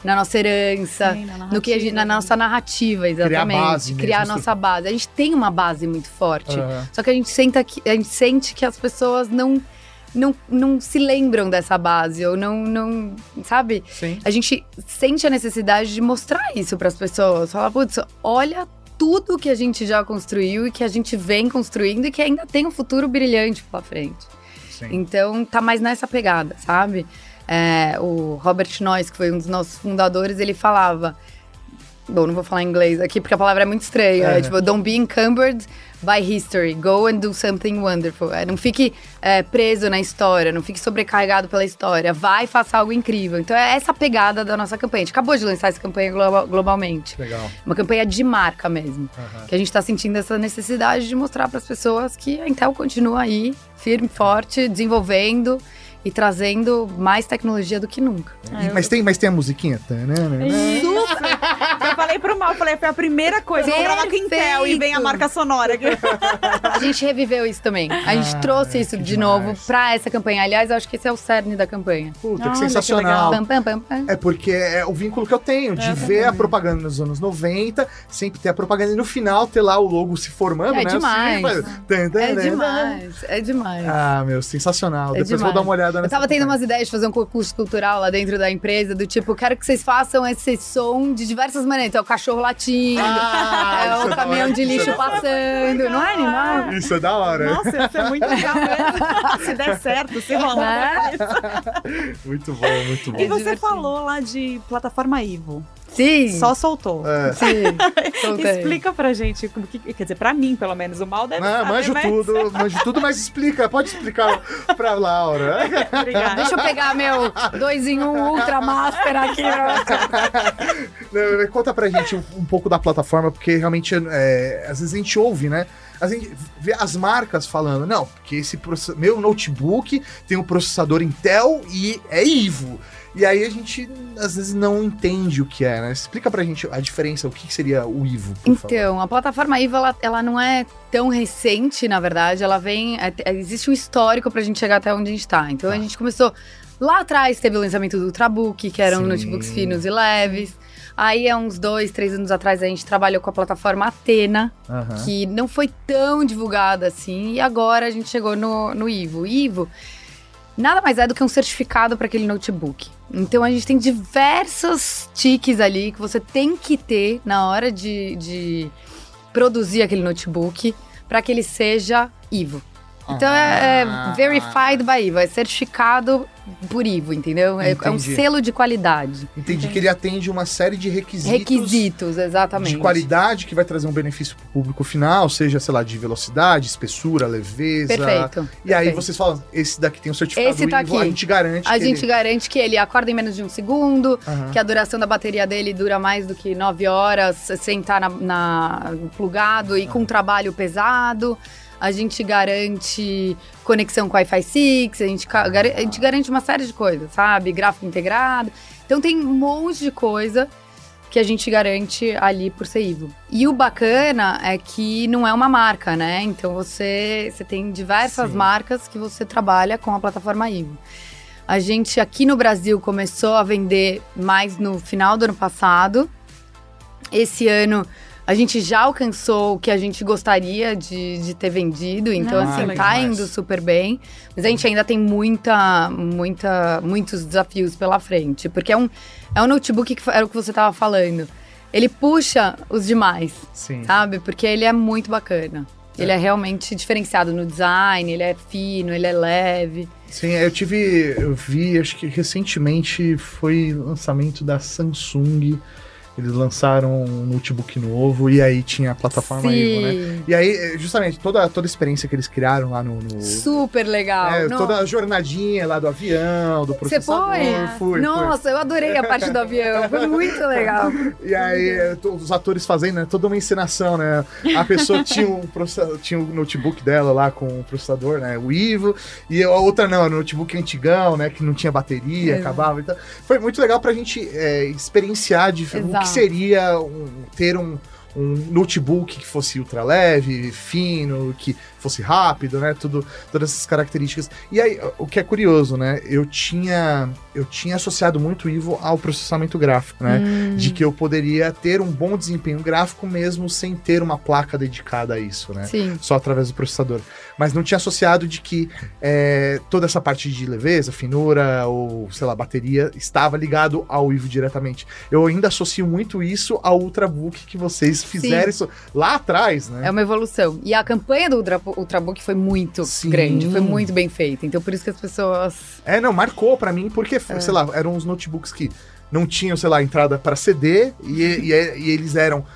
na nossa herança, Sim, na no que a gente, na nossa narrativa, exatamente. Criar a base Criar a mesmo. nossa base. A gente tem uma base muito forte. Aham. Só que a gente, senta que, a gente sente que as pessoas não, não, não se lembram dessa base, ou não, não, sabe? Sim. A gente sente a necessidade de mostrar isso para as pessoas. Falar, putz, olha tudo que a gente já construiu e que a gente vem construindo e que ainda tem um futuro brilhante pela frente. Sim. Então, tá mais nessa pegada, sabe? É, o Robert Noyce, que foi um dos nossos fundadores, ele falava... Bom, não vou falar em inglês aqui, porque a palavra é muito estranha. É. É tipo, don't be encumbered by history. Go and do something wonderful. É, não fique é, preso na história, não fique sobrecarregado pela história. Vai e faça algo incrível. Então, é essa pegada da nossa campanha. A gente acabou de lançar essa campanha globa- globalmente. Legal. Uma campanha de marca mesmo. Aham. Que a gente tá sentindo essa necessidade de mostrar para as pessoas que a Intel continua aí, firme, forte, desenvolvendo e trazendo mais tecnologia do que nunca. E- mas, tem, mas tem a musiquinha? Isso. Eu falei pro Mal, falei, foi a primeira coisa. Vou gravar com Intel e vem a marca sonora aqui. A gente reviveu isso também. A gente Ah, trouxe isso que de demais. novo pra essa campanha. Aliás, eu acho que esse é o cerne da campanha. Puta, Olha, que que sensacional. Pam, pam, pam, pam. É porque é o vínculo que eu tenho de É, ver a também. propaganda nos anos noventa, sempre ter a propaganda e no final ter lá o logo se formando, É né? demais. Assim, faz- tan, tan, É tan, demais, é demais. tan. Ah, meu, sensacional. É Depois eu vou demais. dar uma olhada nessa Eu tava tendo campanha. umas ideias de fazer um concurso cultural lá dentro da empresa, do tipo, quero que vocês façam esse som de diversas maneiras. Então, é o cachorro latindo, Ah, é isso o da caminhão hora, de isso é lixo da- passando. Não é animal? Isso é da hora. Nossa, isso é muito legal mesmo. Se der certo, se rolar. Né? Muito bom, muito bom. E você divertido. falou lá de plataforma Ivo. Sim. Só soltou. É. Sim. Soltei. Explica pra gente, como que, quer dizer, pra mim, pelo menos, o Mal deve Ah, saber, manjo mas... tudo, manjo tudo, mas explica, pode explicar pra Laura. Obrigada. Deixa eu pegar meu dois em um Ultra Master aqui. Não, Conta pra gente um, um pouco da plataforma, porque realmente, é, às vezes a gente ouve, né? A gente vê as marcas falando, não, porque esse process- meu notebook tem um processador Intel e é Ivo. E aí a gente, às vezes, não entende o que é, né? Explica pra gente a diferença, o que seria o Ivo, por favor. Então, a plataforma Ivo, ela, ela não é tão recente, na verdade. Ela vem... é- é- existe um histórico pra gente chegar até onde a gente tá. Então, a gente começou... Lá atrás, teve o lançamento do Ultrabook, que eram Sim. notebooks finos e leves. Aí, há uns dois, três anos atrás, a gente trabalhou com a plataforma Athena, Aham. que não foi tão divulgada assim. E agora, a gente chegou no, no Ivo. O Ivo nada mais é do que um certificado para aquele notebook. Então, a gente tem diversos tiques ali que você tem que ter na hora de, de produzir aquele notebook para que ele seja Ivo. Então, é, Ah. é verified by Ivo, é certificado por Ivo, entendeu? É, é um Entendi. selo de qualidade. Entendi que ele atende uma série de requisitos, Requisitos, exatamente. de qualidade que vai trazer um benefício pro público final, seja, sei lá, de velocidade, espessura, leveza. Perfeito. E aí perfeito. vocês falam, esse daqui tem o certificado Esse tá Ivo, aqui. a gente garante A que gente ele... garante que ele acorda em menos de um segundo, Aham. que a duração da bateria dele dura mais do que nove horas sem estar na, na- plugado e com trabalho pesado. A gente garante conexão com Wi-Fi seis, a gente, ca- gar- a gente garante uma série de coisas, sabe? Gráfico integrado. Então tem um monte de coisa que a gente garante ali por ser Ivo. E o bacana é que não é uma marca, né? Então você, você tem diversas Sim. marcas que você trabalha com a plataforma Ivo. A gente aqui no Brasil começou a vender mais no final do ano passado. Esse ano a gente já alcançou o que a gente gostaria de, de ter vendido. Então, Ah, assim, legal. tá indo super bem. Mas a gente ainda tem muita, muita, muitos desafios pela frente. Porque é um, é um notebook que era o que você tava falando. Ele puxa os demais, Sim. sabe? Porque ele é muito bacana. Ele é realmente diferenciado no design, ele é fino, ele é leve. Sim, eu tive, eu vi, acho que recentemente foi lançamento da Samsung. Eles lançaram um notebook novo e aí tinha a plataforma Ivo, né? E aí, justamente, toda, toda a experiência que eles criaram lá no... no- Super legal. É, Não- toda a jornadinha lá do avião, do Você processador. foi? Fui, Nossa, eu adorei a parte do avião. Foi muito legal. fui. E aí, é, to- os atores fazendo, né? Toda uma encenação, né? A pessoa tinha um, processa- tinha um notebook dela lá com o processador, né? O Ivo. E a outra não, era um notebook antigão, né? Que não tinha bateria, Exato. acabava. Então, foi muito legal pra gente é, experienciar de, o Exato. que seria um- ter um, um notebook que fosse ultra leve, fino, que fosse rápido, né? Tudo, todas essas características. E aí, o que é curioso, né? Eu tinha, eu tinha associado muito o Evo ao processamento gráfico, né? Hum. De que eu poderia ter um bom desempenho gráfico mesmo sem ter uma placa dedicada a isso, né? Sim. Só através do processador. Mas não tinha associado de que é, toda essa parte de leveza, finura ou, sei lá, bateria estava ligado ao Evo diretamente. Eu ainda associo muito isso ao Ultrabook que vocês fizeram. Sim. Isso lá atrás, né? É uma evolução. E a campanha do Ultra, Ultrabook foi muito Sim. grande, foi muito bem feita. Então, por isso que as pessoas... É, não, marcou pra mim, porque, é. sei lá, eram uns notebooks que não tinham, sei lá, entrada para C D e, e, e eles eram...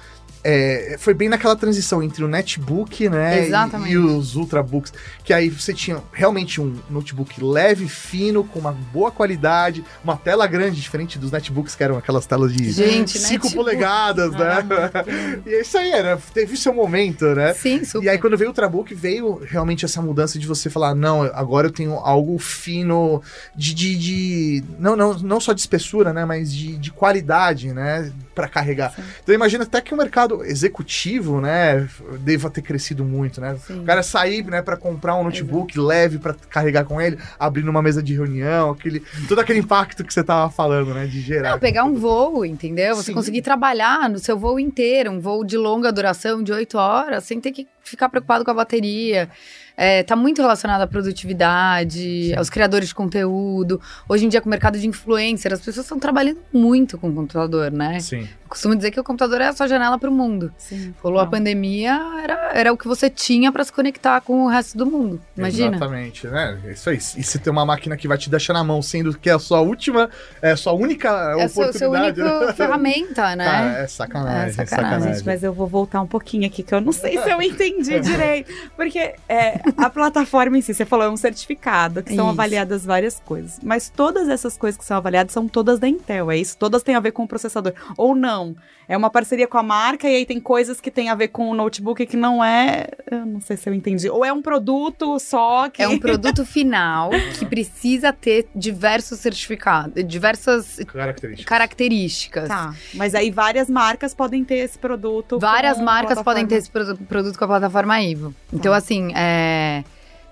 É, foi bem naquela transição entre o netbook, né, e, e os ultrabooks, que aí você tinha realmente um notebook leve, fino, com uma boa qualidade, uma tela grande, diferente dos netbooks que eram aquelas telas de cinco polegadas, né? Ah, e isso aí era, teve seu momento, né? Sim, super. E aí quando veio o Ultrabook, veio realmente essa mudança de você falar, não, agora eu tenho algo fino, de, de, de não, não, não só de espessura, né, mas de, de qualidade, né, para carregar. Sim. Então imagina até que o mercado executivo, né, deva ter crescido muito, né? Sim. O cara sair, né, para comprar um notebook Exato. leve para carregar com ele, abrir numa mesa de reunião, aquele, todo aquele impacto que você tava falando, né, de gerar. Não, pegar um voo, entendeu? Você Sim. conseguir trabalhar no seu voo inteiro, um voo de longa duração, de oito horas, sem ter que ficar preocupado com a bateria. É, tá muito relacionado à produtividade, Sim. aos criadores de conteúdo. Hoje em dia, com o mercado de influencer, as pessoas estão trabalhando muito com o computador, né? Sim. Eu costumo dizer que o computador é a sua janela para o mundo. Sim. Rolou Não. a pandemia, era, era o que você tinha para se conectar com o resto do mundo. Imagina. Exatamente, né? Isso aí. E se tem uma máquina que vai te deixar na mão, sendo que é a sua última, é a sua única é oportunidade. É a sua única né? ferramenta, né? Cara, é sacanagem, é sacanagem. É sacanagem. Gente, mas eu vou voltar um pouquinho aqui, que eu não sei se eu entendi direito. Porque é, a plataforma em si, você falou, é um certificado, que são isso. avaliadas várias coisas. Mas todas essas coisas que são avaliadas são todas da Intel, é isso? Todas têm a ver com o processador. Ou não? É uma parceria com a marca e aí tem coisas que tem a ver com o notebook que não é... Eu não sei se eu entendi. Ou é um produto só que... É um produto final que precisa ter diversos certificados, diversas características. características. Tá, mas aí várias marcas podem ter esse produto. Várias marcas podem ter esse produto com a plataforma Evo. Então, tá. assim, é...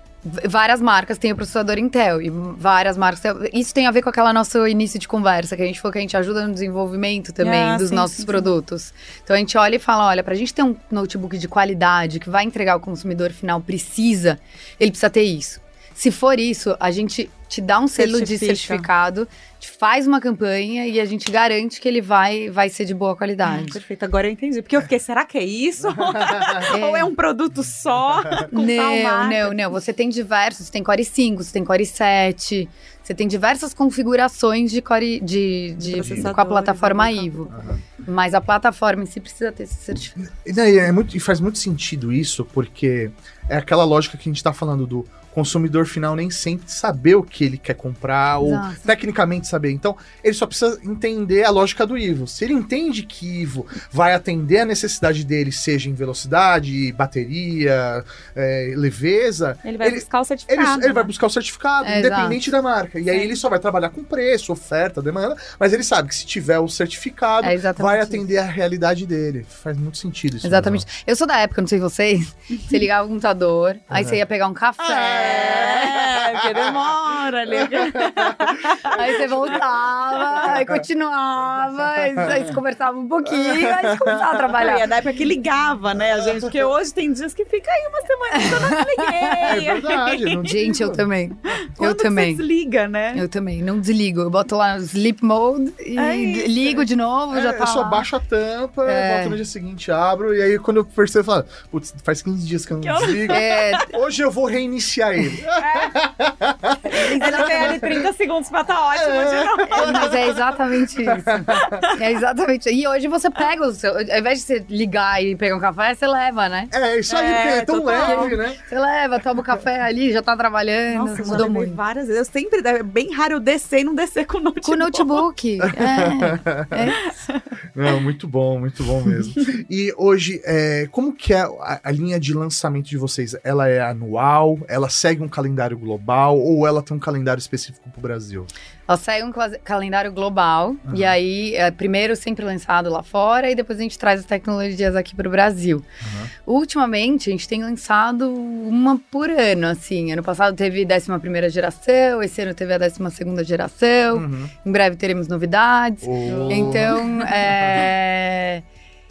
várias marcas têm o processador Intel e várias marcas têm... Isso tem a ver com aquela nosso início de conversa, que a gente falou que a gente ajuda no desenvolvimento também ah, dos sim, nossos sim, produtos. Sim. Então a gente olha e fala, olha, pra gente ter um notebook de qualidade que vai entregar o consumidor final precisa, ele precisa ter isso. Se for isso, a gente te dá um selo Certifica. de certificado, te faz uma campanha e a gente garante que ele vai, vai ser de boa qualidade. Hum, perfeito, agora eu entendi. Porque eu fiquei, será que é isso? é. Ou é um produto só? Com não, tal marca? não, não. Você tem diversos, você tem Core cinco, você tem Core sete, você tem diversas configurações de Core de, de, de com a plataforma Evo. Uhum. Mas a plataforma em si precisa ter esse certificado. E, daí é muito, e faz muito sentido isso, porque é aquela lógica que a gente tá falando do consumidor final nem sempre saber o que ele quer comprar, ou Exato. tecnicamente saber. Então, ele só precisa entender a lógica do Evo. Se ele entende que Evo vai atender a necessidade dele, seja em velocidade, bateria, é, leveza... Ele vai ele, buscar o certificado. Ele, né? ele vai buscar o certificado, é, independente Exato. da marca. E Sim. aí ele só vai trabalhar com preço, oferta, demanda, mas ele sabe que se tiver o certificado, é vai atender isso. a realidade dele. Faz muito sentido isso. Exatamente. Mesmo. Eu sou da época, não sei vocês, você ligava o computador, uhum. aí você ia pegar um café, É, porque demora ali. Aí você voltava, aí continuava, aí você conversava um pouquinho, aí você começava a trabalhar. E é da época que ligava, né, a gente? Porque hoje tem dias que fica aí uma semana que eu não liguei. É verdade. Não gente, eu também. Quando eu também. Você desliga, né? Eu também, não desligo. Eu boto lá no sleep mode e é ligo de novo, é, já tá Eu só lá. baixo a tampa, é. volto no dia seguinte, abro, e aí quando eu percebo, eu falo, putz, faz quinze dias que eu não que desligo. É. Hoje eu vou reiniciar ele. É. Ela tem ali trinta segundos pra tá ótimo é. de novo. Mas é exatamente isso. É exatamente. E hoje você pega o seu... Ao invés de você ligar e pegar um café, você leva, né? É, isso aí, é, porque é tão total. leve, né? Você leva, toma o café ali, já tá trabalhando. Nossa, mudou já muito. várias vezes. Eu sempre... É bem raro eu descer e não descer com o notebook. Com o notebook. É. é isso. Não, muito bom, muito bom mesmo. E hoje, é, como que é a, a linha de lançamento de vocês? Ela é anual? Ela segue um calendário global ou ela tem um calendário específico pro Brasil? Ela segue um clas- calendário global, Uhum. e aí, é, primeiro sempre lançado lá fora, e depois a gente traz as tecnologias aqui para o Brasil. Uhum. Ultimamente, a gente tem lançado uma por ano, assim. Ano passado teve décima primeira geração, esse ano teve a décima segunda geração, Uhum. em breve teremos novidades. Oh. Então, é...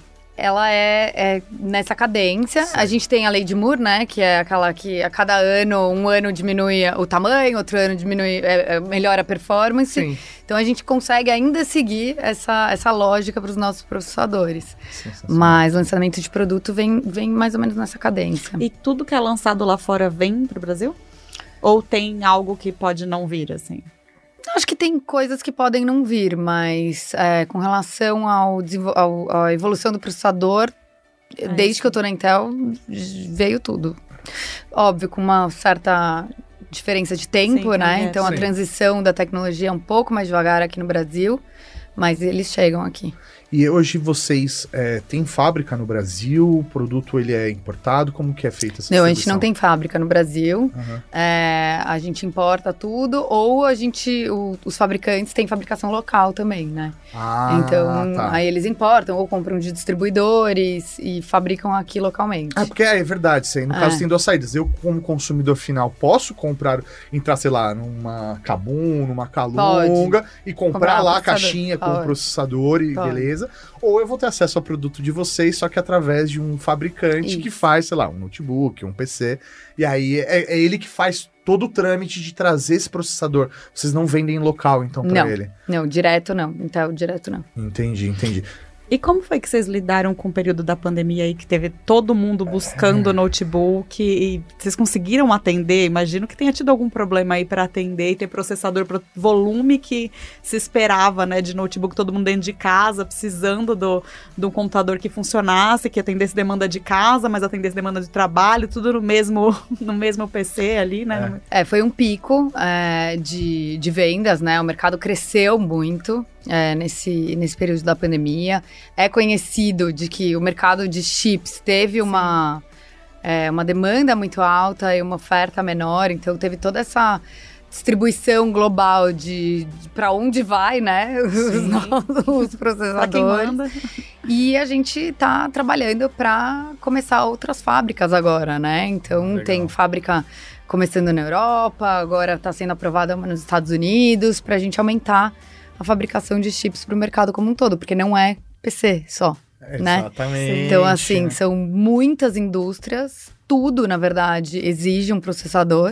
ela é, é nessa cadência. Sim. A gente tem a lei de Moore, né? Que é aquela que a cada ano, um ano diminui o tamanho, outro ano diminui, é, é, melhora a performance. Sim. Então a gente consegue ainda seguir essa, essa lógica para os nossos processadores. Sensacional. Mas lançamento de produto vem, vem mais ou menos nessa cadência. E tudo que é lançado lá fora vem pro Brasil? Ou tem algo que pode não vir, assim? Acho que tem coisas que podem não vir, mas é, com relação ao, desenvol- ao- à evolução do processador, É desde isso. que eu tô na Intel, veio tudo. Óbvio, com uma certa diferença de tempo, Sim, né? é. Então a Sim. transição da tecnologia é um pouco mais devagar aqui no Brasil, mas eles chegam aqui. E hoje vocês é, têm fábrica no Brasil? O produto ele é importado? Como que é feita essa Não, a gente distribuição? não tem fábrica no Brasil. Aham. É, a gente importa tudo, ou a gente, o- os fabricantes têm fabricação local também, né? Ah, Então, tá. aí eles importam ou compram de distribuidores e fabricam aqui localmente. Ah, porque é, é verdade, isso aí. No É. caso, tem duas saídas. Eu, como consumidor final, posso comprar, entrar, sei lá, numa Kabum, numa Calunga e comprar Comprar lá a processador. caixinha com o Pode. processador e Pode. beleza. Ou eu vou ter acesso ao produto de vocês, só que através de um fabricante Isso. que faz, sei lá, um notebook, um P C. E aí é, é ele que faz todo o trâmite de trazer esse processador. Vocês não vendem em local, então, pra Não. ele. Não, direto não. Então, direto não. Entendi, entendi. E como foi que vocês lidaram com o período da pandemia aí, que teve todo mundo buscando notebook e vocês conseguiram atender? Imagino que tenha tido algum problema aí para atender e ter processador pro volume que se esperava, né, de notebook, todo mundo dentro de casa, precisando do, de um computador que funcionasse, que atendesse demanda de casa, mas atendesse demanda de trabalho, tudo no mesmo, no mesmo P C ali, né? É, foi um pico é, de, de vendas, né? O mercado cresceu muito é, nesse, nesse período da pandemia. É conhecido de que o mercado de chips teve uma, é, uma demanda muito alta e uma oferta menor, então teve toda essa distribuição global de, de para onde vai, né? Os, Sim. os Pra quem processadores. manda. E a gente está trabalhando para começar outras fábricas agora, né? Então Legal. tem fábrica começando na Europa, agora está sendo aprovada uma nos Estados Unidos, para a gente aumentar a fabricação de chips para o mercado como um todo, porque não é P C só. Né? Exatamente. Então, assim, são muitas indústrias, tudo, na verdade, exige um processador.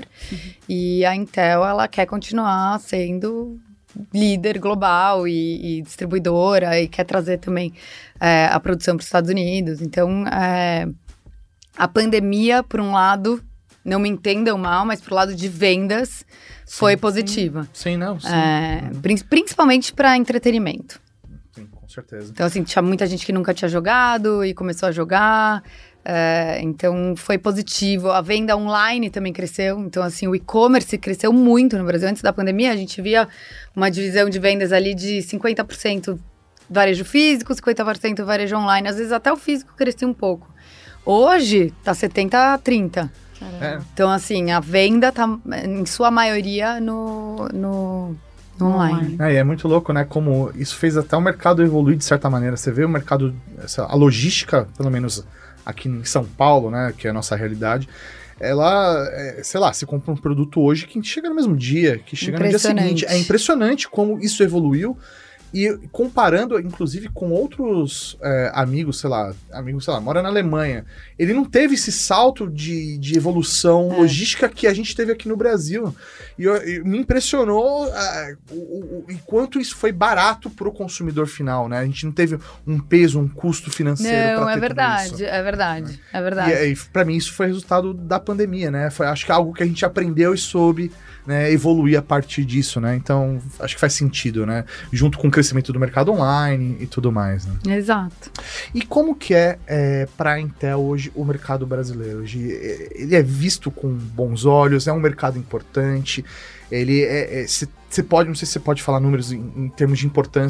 E a Intel, ela quer continuar sendo líder global e, e distribuidora e quer trazer também é, a produção para os Estados Unidos. Então, é, a pandemia, por um lado, não me entendam mal, mas pro lado de vendas, foi positiva. Sim, não, sim. É, prin- principalmente para entretenimento. Sim, com certeza. Então, assim, tinha muita gente que nunca tinha jogado e começou a jogar. É, então, foi positivo. A venda online também cresceu. Então, assim, o e-commerce cresceu muito no Brasil. Antes da pandemia, a gente via uma divisão de vendas ali de cinquenta por cento varejo físico, cinquenta por cento varejo online. Às vezes, até o físico crescia um pouco. Hoje, tá setenta a trinta. É, Então, assim, a venda tá, em sua maioria, no, no, no online. É, e é muito louco, né? Como isso fez até o mercado evoluir de certa maneira. Você vê o mercado, essa, a logística, pelo menos aqui em São Paulo, né? Que é a nossa realidade. Ela, é, sei lá, você compra um produto hoje que chega no mesmo dia, que chega no dia seguinte. É impressionante como isso evoluiu. E comparando, inclusive, com outros é, amigos, sei lá, amigos, sei lá, mora na Alemanha, ele não teve esse salto de, de evolução É. logística que a gente teve aqui no Brasil. E, eu- e me impressionou ah, o, o, o quanto isso foi barato pro consumidor final, né? A gente não teve um peso, um custo financeiro Não, pra é ter tudo verdade, isso. é verdade, é E verdade. aí, pra mim, isso foi resultado da pandemia, né? Foi, acho que é algo que a gente aprendeu e soube, né, evoluir a partir disso, né? Então, acho que faz sentido, né? Junto com o crescimento do mercado online e tudo mais, né? Exato. E como que é, é para a Intel hoje o mercado brasileiro? Hoje, é, ele é visto com bons olhos, é um mercado importante, ele é... Você pode, não sei se você pode falar números em, em termos de importância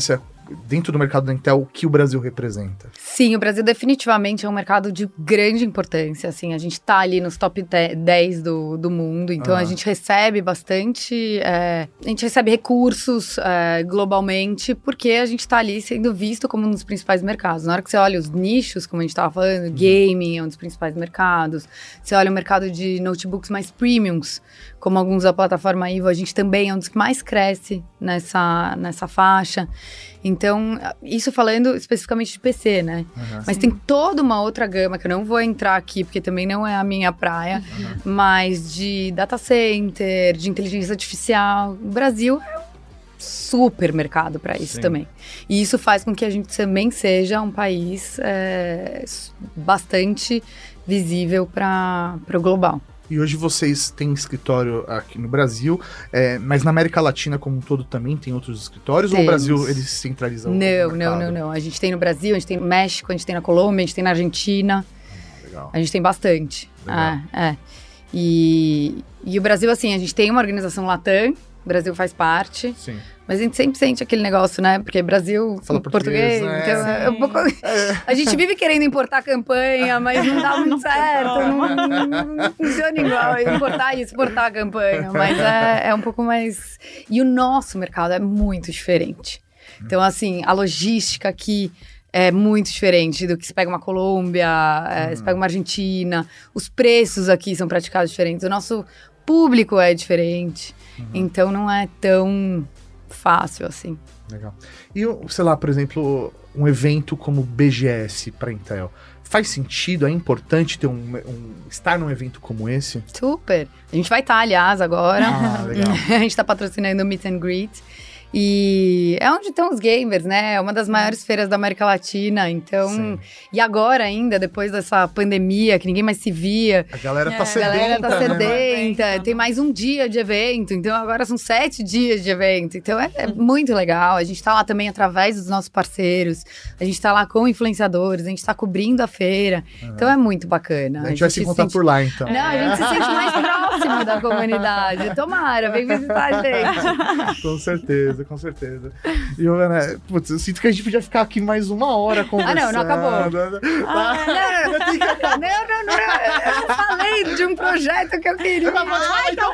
dentro do mercado da Intel, o que o Brasil representa? Sim, o Brasil definitivamente é um mercado de grande importância, assim, a gente tá ali nos top dez do, do mundo, então Uhum. a gente recebe bastante, é, a gente recebe recursos é, globalmente, porque a gente tá ali sendo visto como um dos principais mercados. Na hora que você olha os nichos, como a gente tava falando, gaming é um dos principais mercados, você olha o mercado de notebooks mais premiums, como alguns da plataforma Ivo, a gente também é um dos que mais cresce nessa, nessa faixa. Então, isso falando especificamente de P C, né? Uhum. Mas tem toda uma outra gama que eu não vou entrar aqui, porque também não é a minha praia, Uhum. mas de data center, de inteligência artificial. O Brasil é um super mercado para isso Sim. também. E isso faz com que a gente também seja um país é, bastante visível para o global. E hoje vocês têm escritório aqui no Brasil, é, mas na América Latina como um todo também tem outros escritórios? Ou o Temos. Brasil, eles se centralizam? Não, no não, mercado? não, não. A gente tem no Brasil, a gente tem no México, a gente tem na Colômbia, a gente tem na Argentina. Legal. A gente tem bastante. Legal. É, é. E, e o Brasil, assim, a gente tem uma organização Latam, o Brasil faz parte, Sim. mas a gente sempre sente aquele negócio, né? Porque Brasil, Fala português, português, né? então é um Sim. pouco... A gente vive querendo importar campanha, mas não dá muito Não certo, funciona. não, não, não funciona igual, importar e exportar a campanha, mas é, é um pouco mais... E o nosso mercado é muito diferente. Então, assim, a logística aqui é muito diferente do que se pega uma Colômbia, é, Uhum. se pega uma Argentina, os preços aqui são praticados diferentes, o nosso público é diferente, Uhum. então não é tão fácil assim. Legal. E, sei lá, por exemplo, um evento como o B G S para Intel, faz sentido? É importante ter um, um- estar num evento como esse? Super! A gente vai estar, aliás, agora. Ah, legal. A gente está patrocinando o Meet and Greet. E é onde estão os gamers, né? É uma das maiores feiras da América Latina. Então, Sim. e agora ainda, depois dessa pandemia, que ninguém mais se via, A galera tá É, a a sedenta, galera tá né? sedenta, tem mais um dia de evento, então agora são sete dias de evento. Então é, é muito legal. A gente tá lá também através dos nossos parceiros, a gente tá lá com influenciadores, a gente tá cobrindo a feira. Então é muito bacana. A gente vai se encontrar sente- por lá, então. Não, a gente se sente mais próximo da comunidade. Tomara, vem visitar a gente. Com certeza, com certeza. E, Ana, putz, eu sinto que a gente podia ficar aqui mais uma hora conversando. não, não acabou. Ah, Não, não, não, não, eu falei de um projeto que eu queria. Ai, então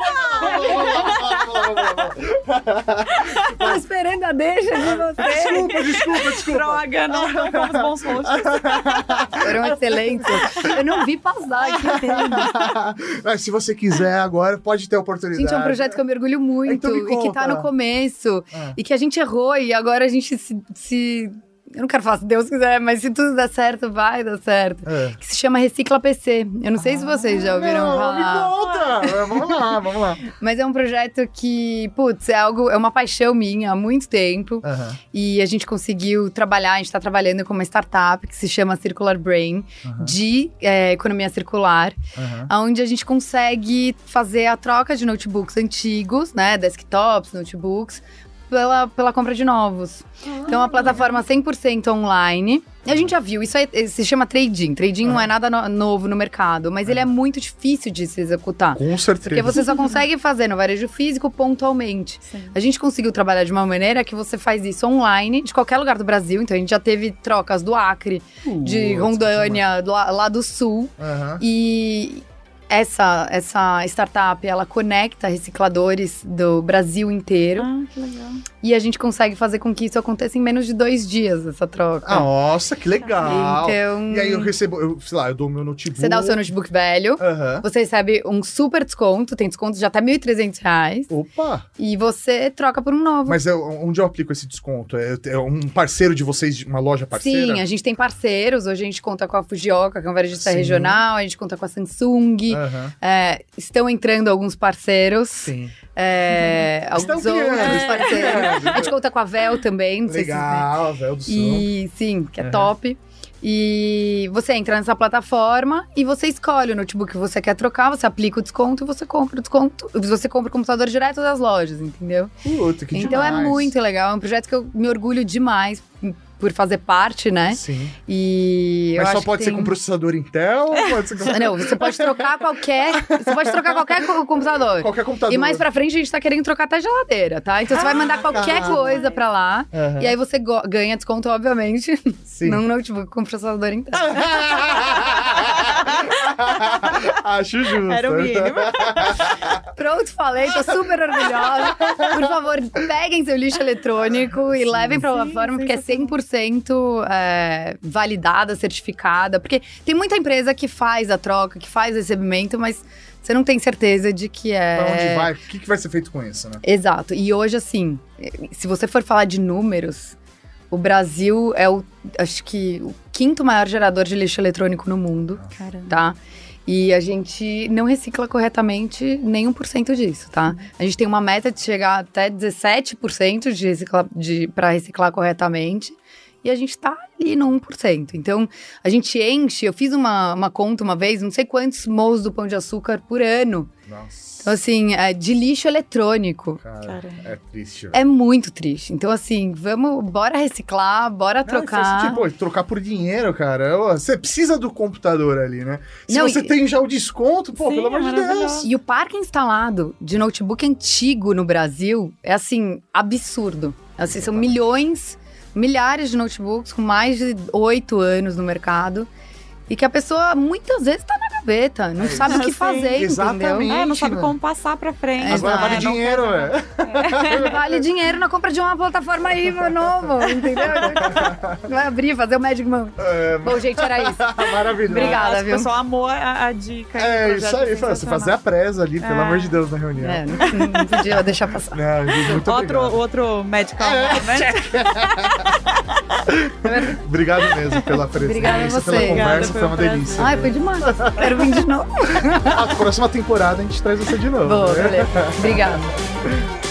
Tô esperando a deixa de você. Desculpa, desculpa, desculpa. Droga, não, não fomos bons hosts. Foram excelentes. Eu não vi passar aqui tudo. Mas se você quiser agora, pode ter a oportunidade. Gente, é um projeto que eu me orgulho muito Então me e que tá conta. no começo. Ah. E que a gente errou e agora a gente se... se- eu não quero falar se Deus quiser, mas se tudo der certo, vai dar certo. É. Que se chama Recicla P C. Eu não sei se vocês já ouviram Não, falar. me conta. Vamos lá, vamos lá. Mas é um projeto que, putz, é algo, é uma paixão minha há muito tempo. Aham. E a gente conseguiu trabalhar, a gente está trabalhando com uma startup que se chama Circular Brain, Aham. de é, economia circular, Aham. onde a gente consegue fazer a troca de notebooks antigos, né, desktops, notebooks, pela, pela compra de novos. Então, é uma plataforma cem por cento online. E a gente já viu, isso é- se chama trading. Trading não é nada no- novo no mercado, mas ele é muito difícil de se executar. Com certeza. Porque você só consegue fazer no varejo físico pontualmente. Sim. A gente conseguiu trabalhar de uma maneira que você faz isso online, de qualquer lugar do Brasil. Então, a gente já teve trocas do Acre, de Putz, Rondônia, lá, lá do Sul. Aham. E essa, essa startup, ela conecta recicladores do Brasil inteiro. Ah, que legal. E a gente consegue fazer com que isso aconteça em menos de dois dias, essa troca. Ah, nossa, que legal. Então, E aí eu recebo, eu, sei lá, eu dou o meu notebook. você dá o seu notebook velho, Aham. você recebe um super desconto, tem desconto de até mil e trezentos reais. Opa! E você troca por um novo. Mas é, onde eu aplico esse desconto? É, é um parceiro de vocês, de uma loja parceira? Sim, a gente tem parceiros. Hoje a gente conta com a Fujioka, que é um varejista Sim. regional. A gente conta com a Samsung. Aham. É, estão entrando alguns parceiros. Sim. É, Estão alguns outros criando, parceiros. criando. A gente conta com a Vel também. Não sei se vocês Legal, velho do som. E sim, que é Uhum. top. E você entra nessa plataforma e você escolhe o notebook que você quer trocar, você aplica o desconto e você compra o desconto. Você compra o computador direto das lojas, entendeu? Puta, que Então demais. é muito legal, é um projeto que eu me orgulho demais por fazer parte, né? Sim. E eu Mas só acho pode que ser tem- com processador Intel ou pode ser com Não, você pode trocar qualquer. Você pode trocar qualquer co- computador. qualquer computador? E mais pra frente a gente tá querendo trocar até geladeira, tá? Então você vai mandar qualquer Ah, coisa pra lá. Aham. E aí você go- ganha desconto, obviamente, Sim. num notebook com processador Intel. Acho justo. Era o mínimo. Pronto, falei, tô super orgulhosa. Por favor, peguem seu lixo eletrônico e levem pra plataforma, porque é cem por cento é, validada, certificada. Porque tem muita empresa que faz a troca, que faz o recebimento, mas você não tem certeza de que é... Pra onde vai? O que, que vai ser feito com isso, né? Exato. E hoje, assim, se você for falar de números, o Brasil é o, acho que, o quinto maior gerador de lixo eletrônico no mundo, Caramba. tá? E a gente não recicla corretamente nem um por cento disso, tá? A gente tem uma meta de chegar até dezessete por cento de recicla, de, para reciclar corretamente. E a gente tá ali no um por cento. Então, a gente enche... Eu fiz uma, uma conta uma vez, não sei quantos mols do Pão de Açúcar por ano. Nossa. Então, assim, é de lixo eletrônico. Cara, Caramba. é triste. velho. É muito triste. Então, assim, vamos... Bora reciclar, bora Não, e faz trocar. sentido, pô, trocar por dinheiro, cara. Ô, Você precisa do computador ali, né? Se Não, você e- tem já o desconto, pô, Sim, pelo amor é de Deus. maravilhoso. E o parque instalado de notebook antigo no Brasil é, assim, absurdo. Assim, são milhões, milhares de notebooks com mais de oito anos no mercado. E que a pessoa, muitas vezes, tá na gaveta. Não É sabe o que isso. fazer, Exatamente. entendeu? É, não sabe mano. como passar pra frente. Agora Exato. vale né? Não dinheiro, quer- velho. Vale dinheiro na compra de uma plataforma aí, meu novo, entendeu? Vai abrir, fazer o Magic Man. É, Bom, gente, era isso. maravilhoso. Obrigada. Acho que viu? O pessoal amou a, a dica. aí, É o isso projeto aí, Fran, você fazer a presa ali, pelo É. amor de Deus, na reunião. É, não, não podia deixar passar. Não, gente, muito Outro, obrigado. outro medical É, moment. Obrigado mesmo pela presença, Obrigada a você. pela conversa, Obrigada, foi foi uma um prazer. delícia. Ai, foi demais. Quero vir de novo. A próxima temporada a gente traz você de novo. Boa, né? beleza. Obrigada.